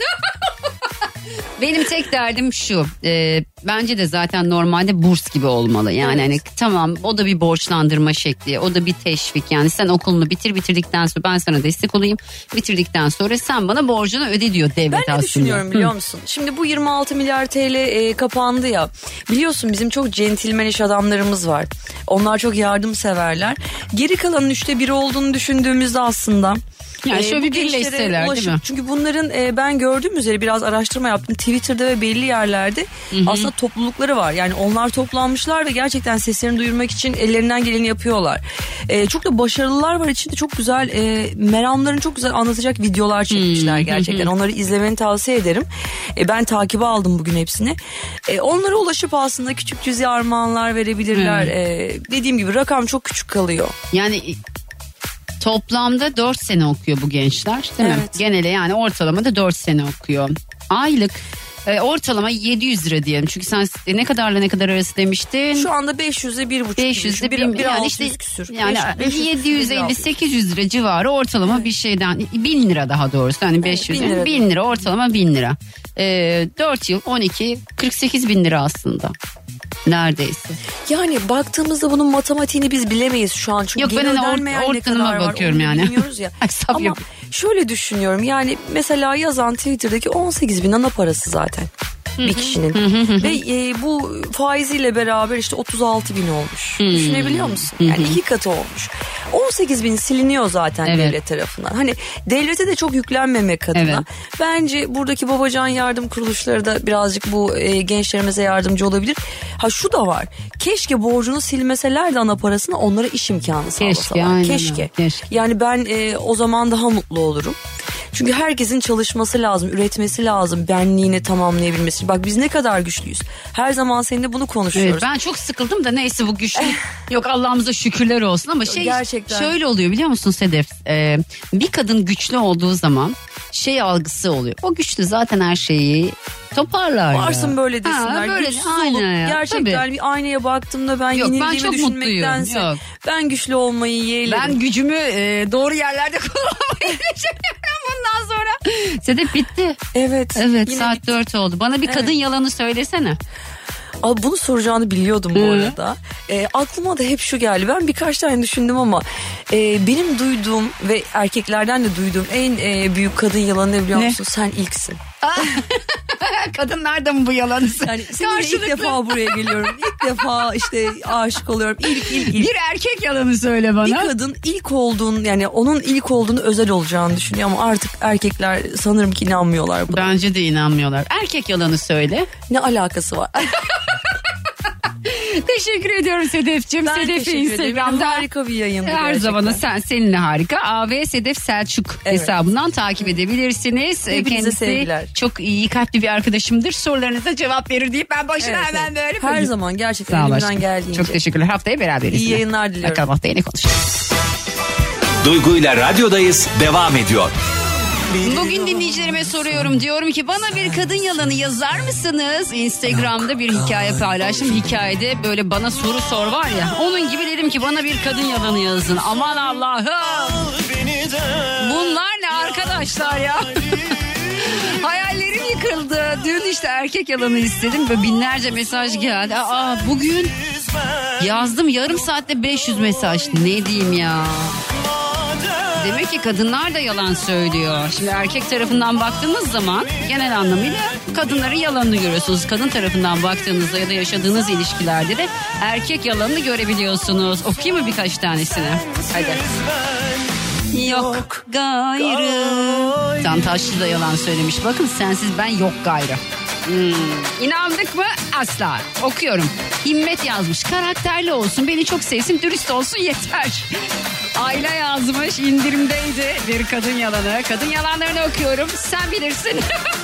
Benim tek derdim şu. E, bence de zaten normalde burs gibi olmalı. Yani evet. hani tamam, o da bir borçlandırma şekli. O da bir teşvik. Yani sen okulunu bitir, bitirdikten sonra ben sana destek olayım. Bitirdikten sonra sen bana borcunu öde diyor devlet aslında. Ben de düşünüyorum biliyor musun? Hı. Şimdi bu yirmi altı milyar T L e, kapandı ya. Biliyorsun bizim çok centilmen iş adamlarımız var. Onlar çok yardımseverler. Geri kalanın üçte biri olduğunu düşündüğümüzde aslında... Yani şöyle bir birleşseler değil mi? Çünkü bunların e, ben gördüğüm üzere biraz araştırma yaptım. Twitter'da ve belli yerlerde hı hı. aslında toplulukları var. Yani onlar toplanmışlar ve gerçekten seslerini duyurmak için ellerinden geleni yapıyorlar. E, çok da başarılılar var içinde, çok güzel e, meramlarını çok güzel anlatacak videolar çekmişler hı gerçekten. Hı. Onları izlemeni tavsiye ederim. E, ben takibe aldım bugün hepsini. E, onlara ulaşıp aslında küçük cüzi armağanlar verebilirler. E, dediğim gibi rakam çok küçük kalıyor. Yani... Toplamda dört sene okuyor bu gençler değil evet. mi? Genele yani ortalamada dört sene okuyor. Aylık e, ortalama yedi yüz lira diyelim. Çünkü sen ne kadarla ne kadar arası demiştin? Şu anda beş yüzle bir buçuk. beş yüzle bir, bir yani işte, küsür. Yani yedi yüz elli sekiz yüz lira civarı ortalama evet. bir şeyden, bin lira daha doğrusu. Yani beş yüz, evet, bin, lira, bin lira ortalama bin lira. E, dört yıl on iki, kırk sekiz bin lira aslında. Neredeyse. Yani baktığımızda bunun matematiğini biz bilemeyiz şu an. Çünkü yok, ben hani or- ortanıma bakıyorum var, yani. Bilmiyoruz ya. Ama yok. Şöyle düşünüyorum, yani mesela yazan Twitter'daki on sekiz bin ana parası zaten. Bir kişinin. Ve e, bu faiziyle beraber işte otuz altı bin olmuş. Düşünebiliyor musun? Yani iki katı olmuş. on sekiz bin siliniyor zaten evet. devlet tarafından. Hani devlete de çok yüklenmemek adına. Evet. Bence buradaki Babacan yardım kuruluşları da birazcık bu e, gençlerimize yardımcı olabilir. Ha şu da var. Keşke borcunu silmeseler de ana parasını, onlara iş imkanı sağlasalar. Keşke. Aynen Keşke. Keşke. Yani ben e, o zaman daha mutlu olurum. Çünkü herkesin çalışması lazım, üretmesi lazım, benliğini tamamlayabilmesi. Bak biz ne kadar güçlüyüz. Her zaman seninle bunu konuşuyoruz. Evet, ben çok sıkıldım da neyse bu güçlü. Yok, Allah'ımıza şükürler olsun ama şey gerçekten şöyle oluyor biliyor musun Sedef? Ee, bir kadın güçlü olduğu zaman şey algısı oluyor. O güçlü zaten her şeyi toparlar. Varsın ya. Böyle desinler. Ha, böyle, güçsüz olup ya. Gerçekten tabii. Bir aynaya baktığımda ben yok, yenildiğimi düşünmektense Yok. ben güçlü olmayı yeğlerim. Ben gücümü e, doğru yerlerde kullanmayı düşünüyorum bundan sonra. Sedef bitti. Evet. Evet, saat bitti. dört oldu. Bana bir evet. kadın yalanı söylesene. Abi bunu soracağını biliyordum bu arada. E, aklıma da hep şu geldi. Ben birkaç tane düşündüm ama e, benim duyduğum ve erkeklerden de duyduğum en e, büyük kadın yalanı ne biliyor musun? Ne? Sen ilksin. Kadınlar da mı bu yalanı? Yani seninle ilk defa buraya geliyorum. İlk defa işte aşık oluyorum. İlk ilk ilk. Bir erkek yalanı söyle bana. Bir kadın ilk olduğunu, yani onun ilk olduğunu özel olacağını düşünüyor ama artık erkekler sanırım ki inanmıyorlar buna. Bence de inanmıyorlar. Erkek yalanı söyle. Ne alakası var? Teşekkür ediyorum Sedef'ciğim. Ben Sedef'i teşekkür ederim. Instagram'da Harika bir yayındı her gerçekten. zaman sen seninle harika. A V Sedef Selçuk Evet. hesabından takip edebilirsiniz. Hepinize Kendisi sevgiler. çok iyi kalpli bir arkadaşımdır. Sorularınıza cevap verir deyip ben başına Evet, hemen evet. böyle. Her böyle- zaman gerçekten Sağ ol elimden aşkım. geldiğince. Çok teşekkürler. Haftaya beraberiz. İyi yine. yayınlar diliyorum. Bakalım haftaya ne konuşacağız. Duygu ile radyodayız devam ediyor. Bugün dinleyicilerime soruyorum. Diyorum ki bana bir kadın yalanı yazar mısınız? Instagram'da bir hikaye paylaştım. Hikayede böyle bana soru sor var ya. Onun gibi dedim ki bana bir kadın yalanı yazın. Aman Allah'ım. Bunlar ne arkadaşlar ya? Hayallerim yıkıldı. Dün işte erkek yalanı istedim ve binlerce mesaj geldi. Aa, bugün yazdım yarım saatte beş yüz mesaj. Ne diyeyim ya? Demek ki kadınlar da yalan söylüyor. Şimdi erkek tarafından baktığımız zaman genel anlamıyla kadınların yalanını görüyorsunuz. Kadın tarafından baktığınızda ya da yaşadığınız ilişkilerde de erkek yalanını görebiliyorsunuz. Okuyayım mı birkaç tanesini? Hadi. Yok gayrı. Tantaşlı da yalan söylemiş. Bakın sensiz ben yok gayrı. Hmm. İnandık mı? Asla. Okuyorum. Himmet yazmış. Karakterli olsun, beni çok sevsin, dürüst olsun yeter. Ayla yazmış. İndirimdeydi bir kadın yalanı. Kadın yalanlarını okuyorum. Sen bilirsin.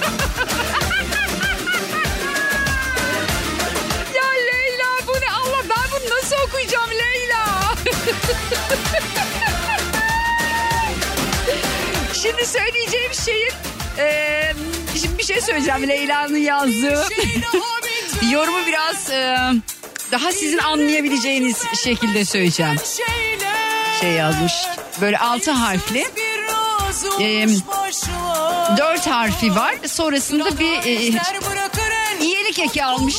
Ya Leyla bu ne? Allah ben bunu nasıl okuyacağım Leyla? Şimdi söyleyeceğim şeyin e, şimdi bir şey söyleyeceğim Leyla'nın yazdığı. Yorumu biraz e, daha sizin anlayabileceğiniz şekilde söyleyeceğim. Şey yazmış böyle altı harfli e, dört harfi var, sonrasında bir e, iyilik eki almış.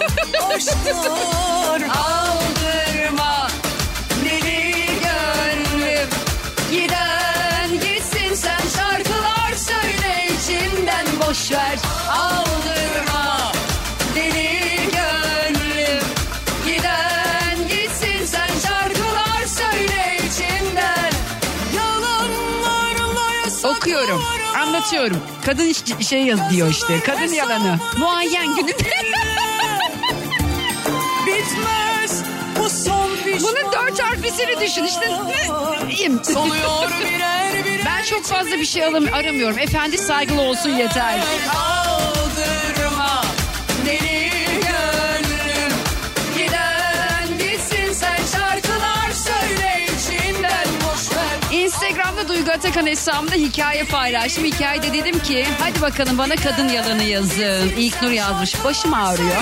Aldırma deli gönlüm, giden gitsin, sen şarkılar söyle içinden, boşver. Aldırma deli gönlüm, giden gitsin, sen şarkılar söyle içinden. Okuyorum, anlatıyorum. Kadın iş- şey yaz diyor işte, kadın yalanı. Muayyen günü. Bitmez bu son pişman. Bunun dört harflisini düşün işte. İyiyim. Soluyor birer birer. Ben çok fazla bir şey alam- aramıyorum. Efendi saygılı olsun yeter. Aldırma deli gönlüm, giden gitsin, sen şarkılar söyle içinden, boşver. Instagram'da Duygu Atakan hesabımda hikaye paylaştım. Hikayede dedim ki hadi bakalım bana kadın yalanı yazın. İlk Nur yazmış, başım ağrıyor.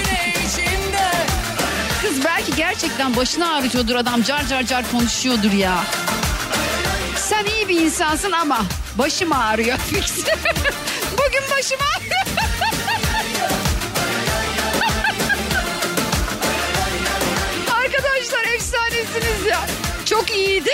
Kız belki gerçekten başını ağrıtıyordur, adam car car car konuşuyordur ya. Sen iyi bir insansın ama başım ağrıyor. Bugün başım ağrıyor. Arkadaşlar efsanesiniz ya. Çok iyiydi.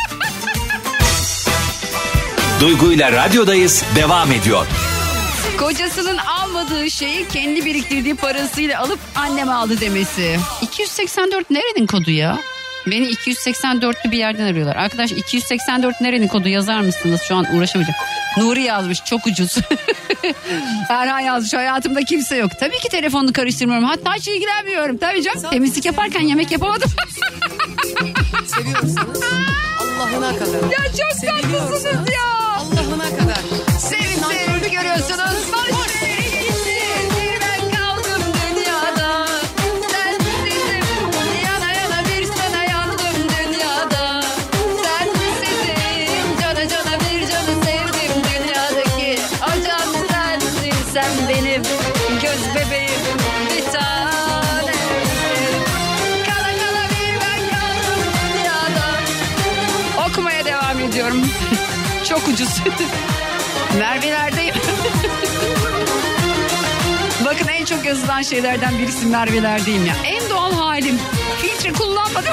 Duygu ile radyodayız devam ediyor. Kocasının almadığı şeyi kendi biriktirdiği parasıyla alıp annem aldı demesi. iki yüz seksen dört nerenin kodu ya? Beni iki yüz seksen dörtlü bir yerden arıyorlar. Arkadaş iki yüz seksen dört nerenin kodu yazar mısınız? Şu an uğraşamayacağım. Nuri yazmış, çok ucuz. Erhan yazmış, hayatımda kimse yok. Tabii ki telefonunu karıştırmıyorum. Hatta hiç ilgilenmiyorum. Tabii canım, temizlik yaparken yemek yapamadım. Seviyorsanız Allah'ına kadar. Ya çok tatlısınız ya. Allah'ına kadar. Sevin sevin görüyorsunuz. Boş verin gitsin. Bir ben kaldım dünyada. Sensizim. Yana yana bir sana yandım dünyada. Sensizim. Cana cana bir canı sevdim dünyadaki. O can sensin. Sen benim göz bebeğim. Bir tanem. Kala kala bir ben kaldım dünyada. Okumaya devam ediyorum. Çok ucuz. Merve'lerdeyim. Bakın en çok yazılan şeylerden birisi Merve'lerdeyim ya. En doğal halim. Filtre kullanmadım.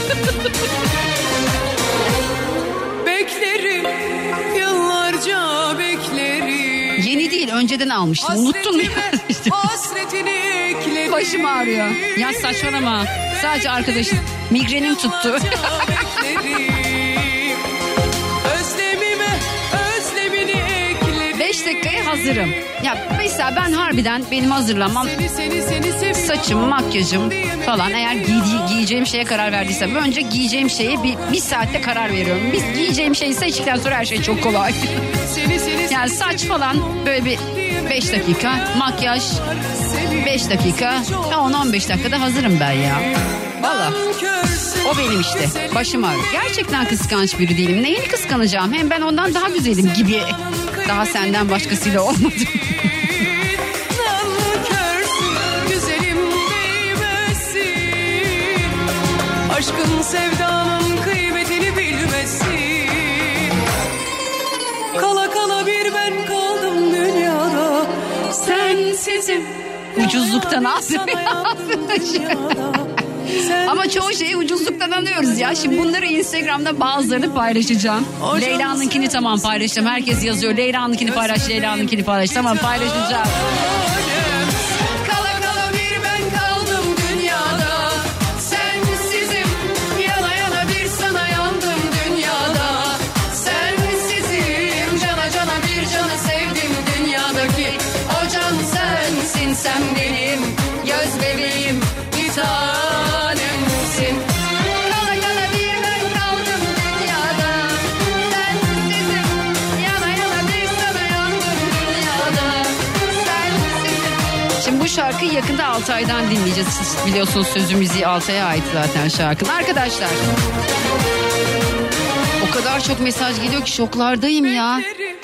Beklerim, yıllarca beklerim. Yeni değil, önceden almıştım. Unuttun mu? İşte. Hasretini eklerim. Başım ağrıyor. Ya saçmalama. Sadece arkadaşım. Migrenim tuttu. Beklerim. Özlemime özlemini eklerim. Beş dakikaya hazırım. Ya mesela ben harbiden benim hazırlanmam, saçım, makyajım falan, eğer giy- giyeceğim şeye karar verdiysem önce giyeceğim şeye bir, bir saatte karar veriyorum. Biz giyeceğim şeyi seçtikten sonra her şey çok kolay. Yani saç falan böyle bir beş dakika, makyaj beş dakika, on on beş dakikada hazırım ben ya. Valla o benim işte, başım ağrıyor. Gerçekten kıskanç biri değilim. Neyini kıskanacağım? Hem ben ondan daha güzelim gibi. Daha senden başkasıyla olmadım. Güzelim değmesin, aşkın sevdanın kıymetini bilmesin. Kala kala bir ben kaldım dünyada, sensizim. Ucuzluktan aldım. Ama çoğu şeyi ucuzluktan alıyoruz ya. Şimdi bunları Instagram'da bazılarını paylaşacağım. Leyla'nınkini tamam paylaşacağım. Herkes yazıyor. Leyla'nınkini paylaş, Leyla'nınkini paylaş. Tamam paylaşacağım. Kala kala bir ben kaldım dünyada, sensizim. Yana yana bir sana yandım dünyada, sensizim. Cana cana bir canı sevdim dünyadaki. O can sensin, sen benim göz bebeğim, bir tanemsin. Kala kala bir ben kaldım dünyada, sensizim. Yana yana bir sana yandım dünyada, sensizim. Şimdi bu şarkıyı yakında Altay'dan dinleyeceğiz. Siz biliyorsunuz sözü müziği Altay'a ait zaten şarkının. Arkadaşlar, o kadar çok mesaj geliyor ki şoklardayım ya.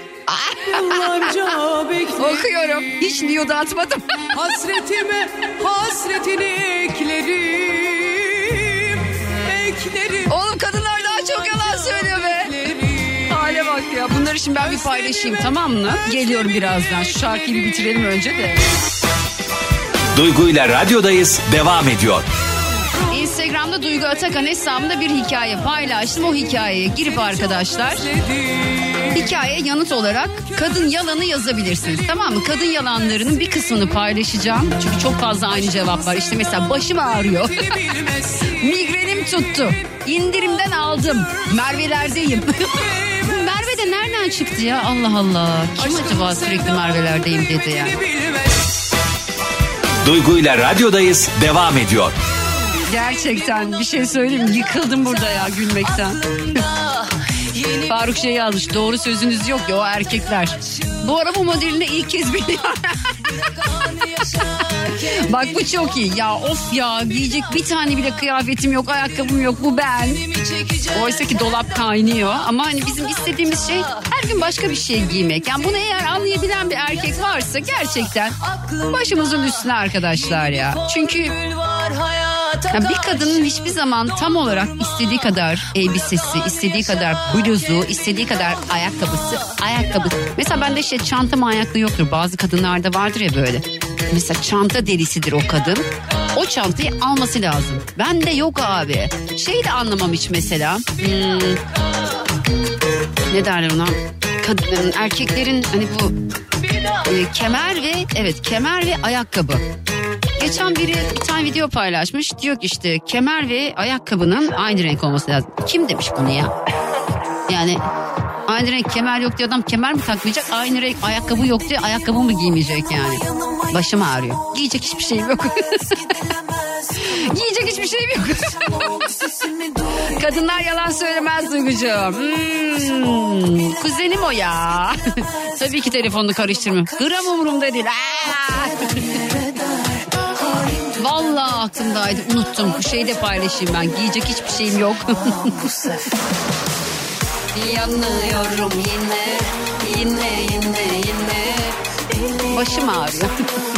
Okuyorum. Hiç nude atmadım. Hasretime hasretini eklerim, eklerim. Oğlum kadınlar daha çok yalan söylüyor be. Hale bak ya. Bunları şimdi ben bir paylaşayım, tamam mı? Geliyorum birazdan. Şu şarkıyı bir bitirelim önce de. Duygu ile radyodayız devam ediyor. Instagram'da Duygu Atakan hesabımda bir hikaye paylaştım. O hikayeye girip arkadaşlar, hikayeye yanıt olarak kadın yalanı yazabilirsiniz, tamam mı? Kadın yalanlarının bir kısmını paylaşacağım. Çünkü çok fazla aynı cevap var. İşte mesela başım ağrıyor. Migrenim tuttu. İndirimden aldım. Merve'lerdeyim. Merve de nereden çıktı ya? Allah Allah. Kim acaba sürekli Merve'lerdeyim dedi yani. Duygu ile radyodayız devam ediyor. Gerçekten bir şey söyleyeyim mi? Yıkıldım burada ya gülmekten. Faruk şey yazmış, doğru sözünüz yok ya, o erkekler. Bu araba modelini ilk kez biliyorum. Bak bu çok iyi. Ya of ya, giyecek bir tane bile kıyafetim yok, ayakkabım yok, bu ben. Oysa ki dolap kaynıyor. Ama hani bizim istediğimiz şey her gün başka bir şey giymek. Yani bunu eğer anlayabilen bir erkek varsa gerçekten başımızın üstüne arkadaşlar ya. Çünkü ya bir kadının hiçbir zaman tam olarak istediği kadar elbisesi, istediği kadar bluzu, istediği kadar ayakkabısı, ayakkabı. Mesela bende işte çanta manyaklığı yoktur. Bazı kadınlarda vardır ya böyle. Mesela çanta delisidir o kadın. O çantayı alması lazım. Bende yok abi. Şeyi de anlamam hiç mesela. Hmm, ne derler ona? Kadın, erkeklerin hani bu e, kemer ve evet kemer ve ayakkabı. Geçen biri bir tane video paylaşmış. Diyor ki işte kemer ve ayakkabının aynı renk olması lazım. Kim demiş bunu ya? Yani aynı renk kemer yok diye adam kemer mi takmayacak? Aynı renk ayakkabı yok diye ayakkabı mı giymeyecek yani? Başım ağrıyor. Giyecek hiçbir şeyim yok. Giyecek hiçbir şeyim yok. Kadınlar yalan söylemez Duygucuğum. Hmm, kuzenim o ya. Tabii ki telefonunu karıştırmıyorum. Gram umurumda değil. Vallahi aklımdaydı, unuttum. Bu şeyi de paylaşayım ben. Giyecek hiçbir şeyim yok. Yanıyorum yine, yine, yine, yine. Başım ağrıyor.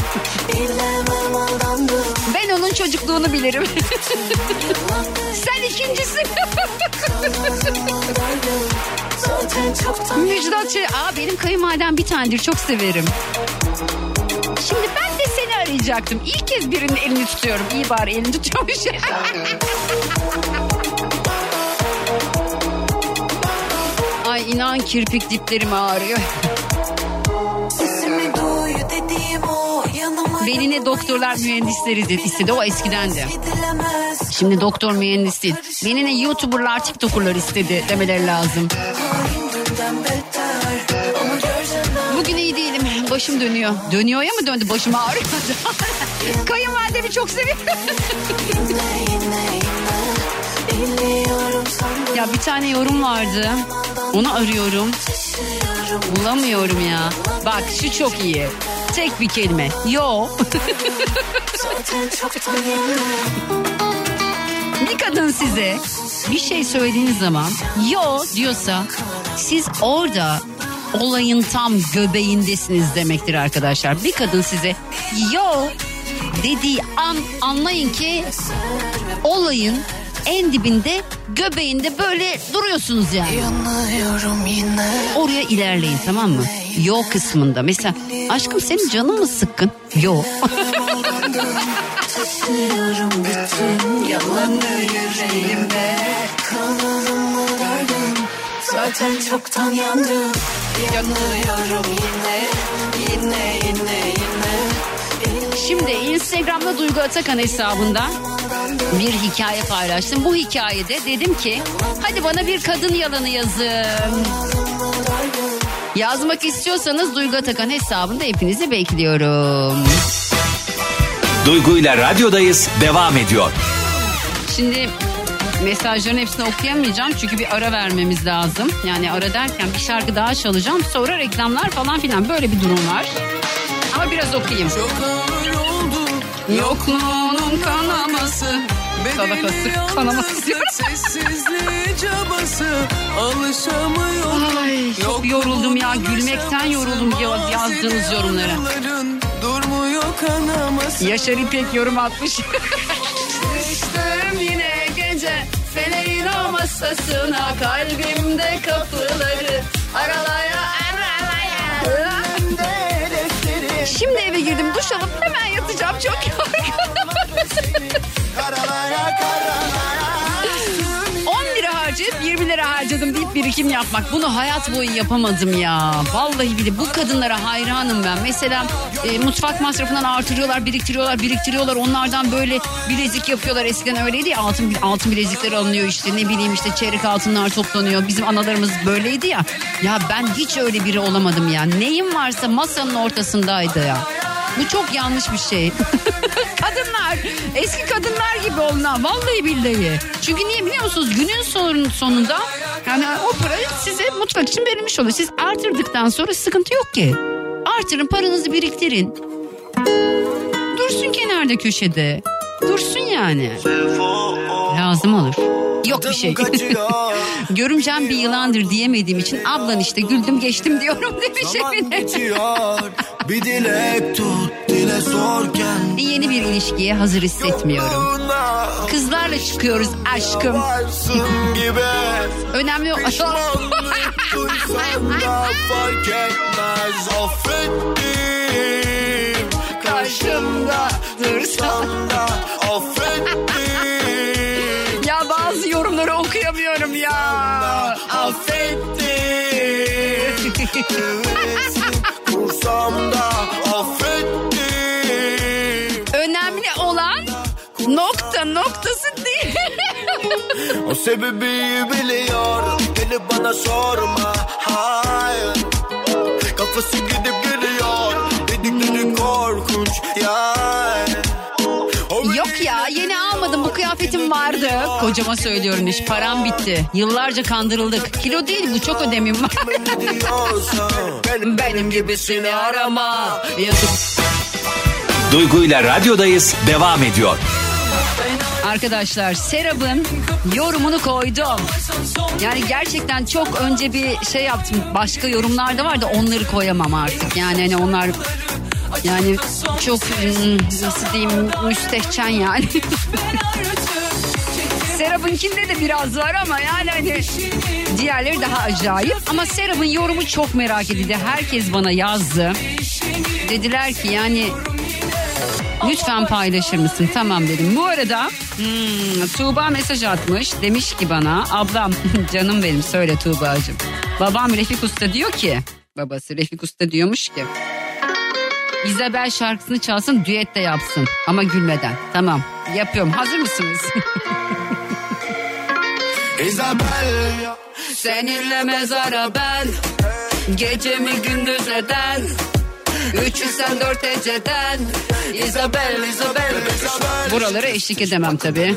Ben onun çocukluğunu bilirim. Sen ikincisin. Müjdat şey, aa benim kayınvalidem bir tanedir, çok severim. Şimdi ben de seni arayacaktım. İlk kez birinin elini tutuyorum. İyi bari elini tutuyormuş. Ay inan kirpik diplerim ağrıyor. Beni ne doktorlar mühendisleri istedi, o eskiden de. Şimdi doktor mühendis değil. Beni ne YouTuber'lar TikToker'lar istedi demeleri lazım. Bugün iyi değilim. başım dönüyor. Dönüyor ya mı döndü, başım ağrıyor. Kayınvalidemi çok seviyorum. Ya bir tane yorum vardı. Onu arıyorum. Bulamıyorum ya. Bak şu çok iyi. Tek bir kelime. Yo. Bir kadın size bir şey söylediğiniz zaman yo diyorsa siz orada olayın tam göbeğindesiniz demektir arkadaşlar. Bir kadın size yo dediği an anlayın ki olayın en dibinde, göbeğinde böyle duruyorsunuz yani. Oraya ilerleyin, tamam mı? Yo kısmında. Mesela aşkım senin canın mı sıkkın? Yo. Yalanı yüreğimde kanalımı verdim. Zaten çoktan yandım. Yanıyorum yine, yine, yine, yine. Şimdi Instagram'da Duygu Atakan hesabından bir hikaye paylaştım. Bu hikayede dedim ki hadi bana bir kadın yalanı yazın. Yazmak istiyorsanız Duygu Atakan hesabında hepinizi bekliyorum. Duygu ile radyodayız devam ediyor. Şimdi mesajların hepsini okuyamayacağım çünkü bir ara vermemiz lazım. Yani ara derken bir şarkı daha çalacağım, sonra reklamlar falan filan, böyle bir durum var. Ama biraz okuyayım. Çok ağır oldu yokluğunun kanaması. Sadakası kanaması diyorum. Sessizliği cabası alışamıyorum. Ay, çok yoruldum ya, gülmekten yoruldum ya yazdığınız yorumlara. Durmuyor kanaması. Yaşar İpek yorum atmış. Düştüm yine gece feleğin o masasına, kalbimde kapıları aralaya aralaya. Şimdi eve girdim, duş alıp hemen yatacağım, çok yorgunum. on lira harcayıp yirmi lira harcadım deyip birikim yapmak, bunu hayat boyu yapamadım ya. Vallahi bile bu kadınlara hayranım ben. Mesela e, mutfak masrafından artırıyorlar, biriktiriyorlar, biriktiriyorlar. Onlardan böyle bilezik yapıyorlar. Eskiden öyleydi ya, altın, altın bilezikler alınıyor işte, ne bileyim işte çeyrek altınlar toplanıyor. Bizim analarımız böyleydi ya. Ya ben hiç öyle biri olamadım ya. Neyim varsa masanın ortasındaydı ya. Bu çok yanlış bir şey. Kadınlar, eski kadınlar gibi olun ha, vallahi billahi. Çünkü niye biliyor musunuz? Günün son, sonunda yani o para size mutfak için verilmiş oluyor. Siz artırdıktan sonra sıkıntı yok ki. Artırın, paranızı biriktirin. Dursun kenarda köşede. Dursun yani. Lazım olur. Yok bir şey. Görümcem bir yılandır diyemediğim için ablan işte güldüm geçtim diyorum demiş evine. Bir dilek tut, dile sorken. Yeni bir ilişkiye hazır hissetmiyorum. Kızlarla çıkıyoruz aşkım. Önemli o. Fark etmez, affettim. Karşımda dursan da affettim. Ya bazı yorumları okuyamıyorum ya. Affettim. Kursam da affettim. Önemli olan nokta noktası değil. O sebebi biliyor, gelip bana sorma. Hayır. Kafası gidip geliyor, dedikleri korkunç ya. Yok ya, yeni almadım, bu kıyafetim vardı. Kocama söylüyorum, iş param bitti. Yıllarca kandırıldık. Kilo değil bu, çok ödemim var. Benim gibisini arama. Duygu ile radyodayız devam ediyor. Arkadaşlar Serap'ın yorumunu koydum. Yani gerçekten çok önce bir şey yaptım. Başka yorumlar da var da onları koyamam artık. Yani hani onlar yani çok nasıl diyeyim müstehcen yani. Serap'ınkinde de biraz var ama yani hani diğerleri daha acayip. Ama Serap'ın yorumu çok merak edildi. Herkes bana yazdı. Dediler ki yani lütfen paylaşır mısın? Tamam dedim. Bu arada hmm, Tuğba mesaj atmış. Demiş ki bana ablam canım benim söyle Tuğba'cığım. Babam Refik Usta diyor ki, babası Refik Usta diyormuş ki İzabel şarkısını çalsın, düet de yapsın ama gülmeden. Tamam yapıyorum, hazır mısınız? İzabel seninle mezara ben, gecemi gündüz eden Üç sen dört heceden. Isabel, Isabel. Buralara eşlik edemem tabii.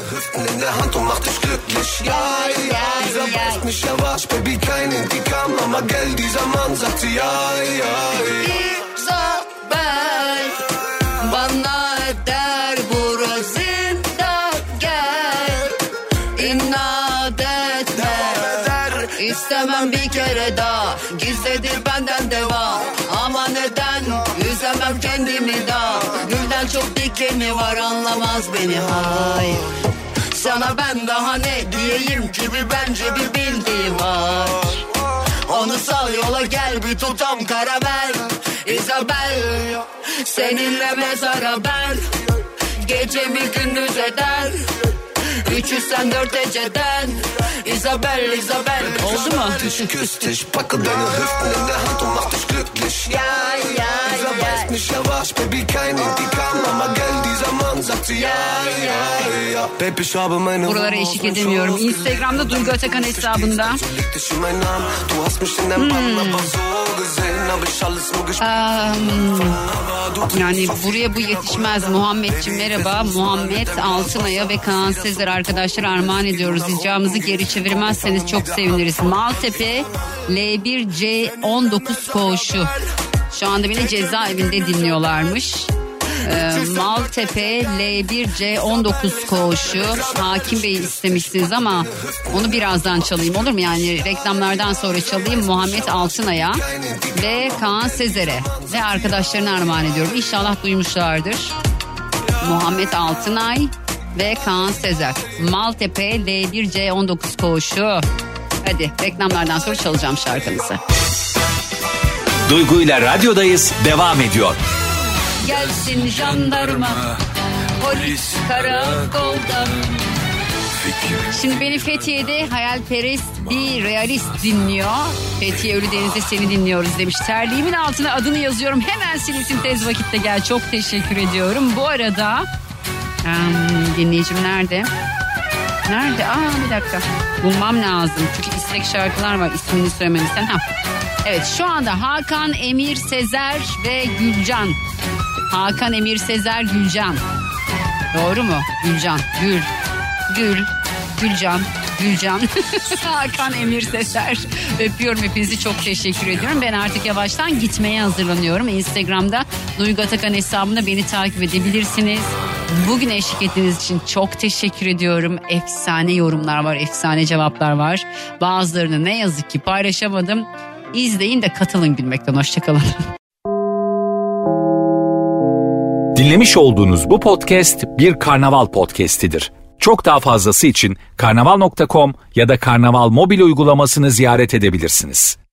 Isabel, bana eder burası da gel. İnat etme, istemem bir kere daha. Gizledir benden deva. Ama neden üzemem kendimi daha. Gülden çok dikeni var, anlamaz beni hayır. Sana ben daha ne diyeyim ki, bir bence bir bildiği var. Onu sal yola gel, bir tutam karamel. Isabel, seninle mezara ben. Gecemi gündüz eder. Üç yüz sen dört heceden. Isabel, Isabel. Oldu mu? Küss dich, packe deine Hüften in der Hand und mach dich glücklich. Ja, ja, ja. Mich yavaş, baby, kein Intikam. Ama gel dieser Mann, sagt sie ja, ja, ja. Baby, ich habe meine... Buralara eşlik edemiyorum. Instagram'da Duygu Atakan hesabında. Hmm. Um, yani buraya bu yetişmez. Muhammedciğim merhaba. Muhammed Altınay'a ve Kaan Sezer arkadaşlar armağan ediyoruz. Ricamızı geri çevirmezseniz çok seviniriz. Maltepe L bir C on dokuz koğuşu. Şu anda beni cezaevinde dinliyorlarmış. Ee, Maltepe L bir C on dokuz koğuşu. Hakim Bey'i istemişsiniz ama onu birazdan çalayım, olur mu? Yani reklamlardan sonra çalayım. Muhammed Altınay'a ve Kaan Sezer'e ve arkadaşlarına armağan ediyorum. İnşallah duymuşlardır. Muhammed Altınay ve Kaan Sezer. Maltepe L bir C on dokuz koğuşu. Hadi reklamlardan sonra çalacağım şarkınızı. Duygu ile radyodayız devam ediyor. Gelsin jandarma, polis karakolda. Şimdi beni Fethiye'de hayalperest bir realist dinliyor. Fethiye Ölüdeniz'de seni dinliyoruz demiş. Terliğimin altına adını yazıyorum. Hemen silinsin tez vakitte gel. Çok teşekkür ediyorum. Bu arada um, dinleyicim nerede? Nerede? Aa bir dakika. Bulmam lazım. Çünkü istek şarkılar var. İsmini söylemediysen. Ha. Evet şu anda Hakan, Emir, Sezer ve Gülcan. Hakan, Emir, Sezer, Gülcan. Doğru mu? Gülcan. Gül. Gül. Gülcan. Gülcan. Hakan, Emir, Sezer. Öpüyorum hepinizi, çok teşekkür ediyorum. Ben artık yavaştan gitmeye hazırlanıyorum. Instagram'da Duygu Atakan hesabında beni takip edebilirsiniz. Bugün eşlik ettiğiniz için çok teşekkür ediyorum. Efsane yorumlar var, efsane cevaplar var. Bazılarını ne yazık ki paylaşamadım. İzleyin de katılın gülmekten. Hoşçakalın. Dinlemiş olduğunuz bu podcast bir Karnaval podcastidir. Çok daha fazlası için karnaval nokta com ya da Karnaval mobil uygulamasını ziyaret edebilirsiniz.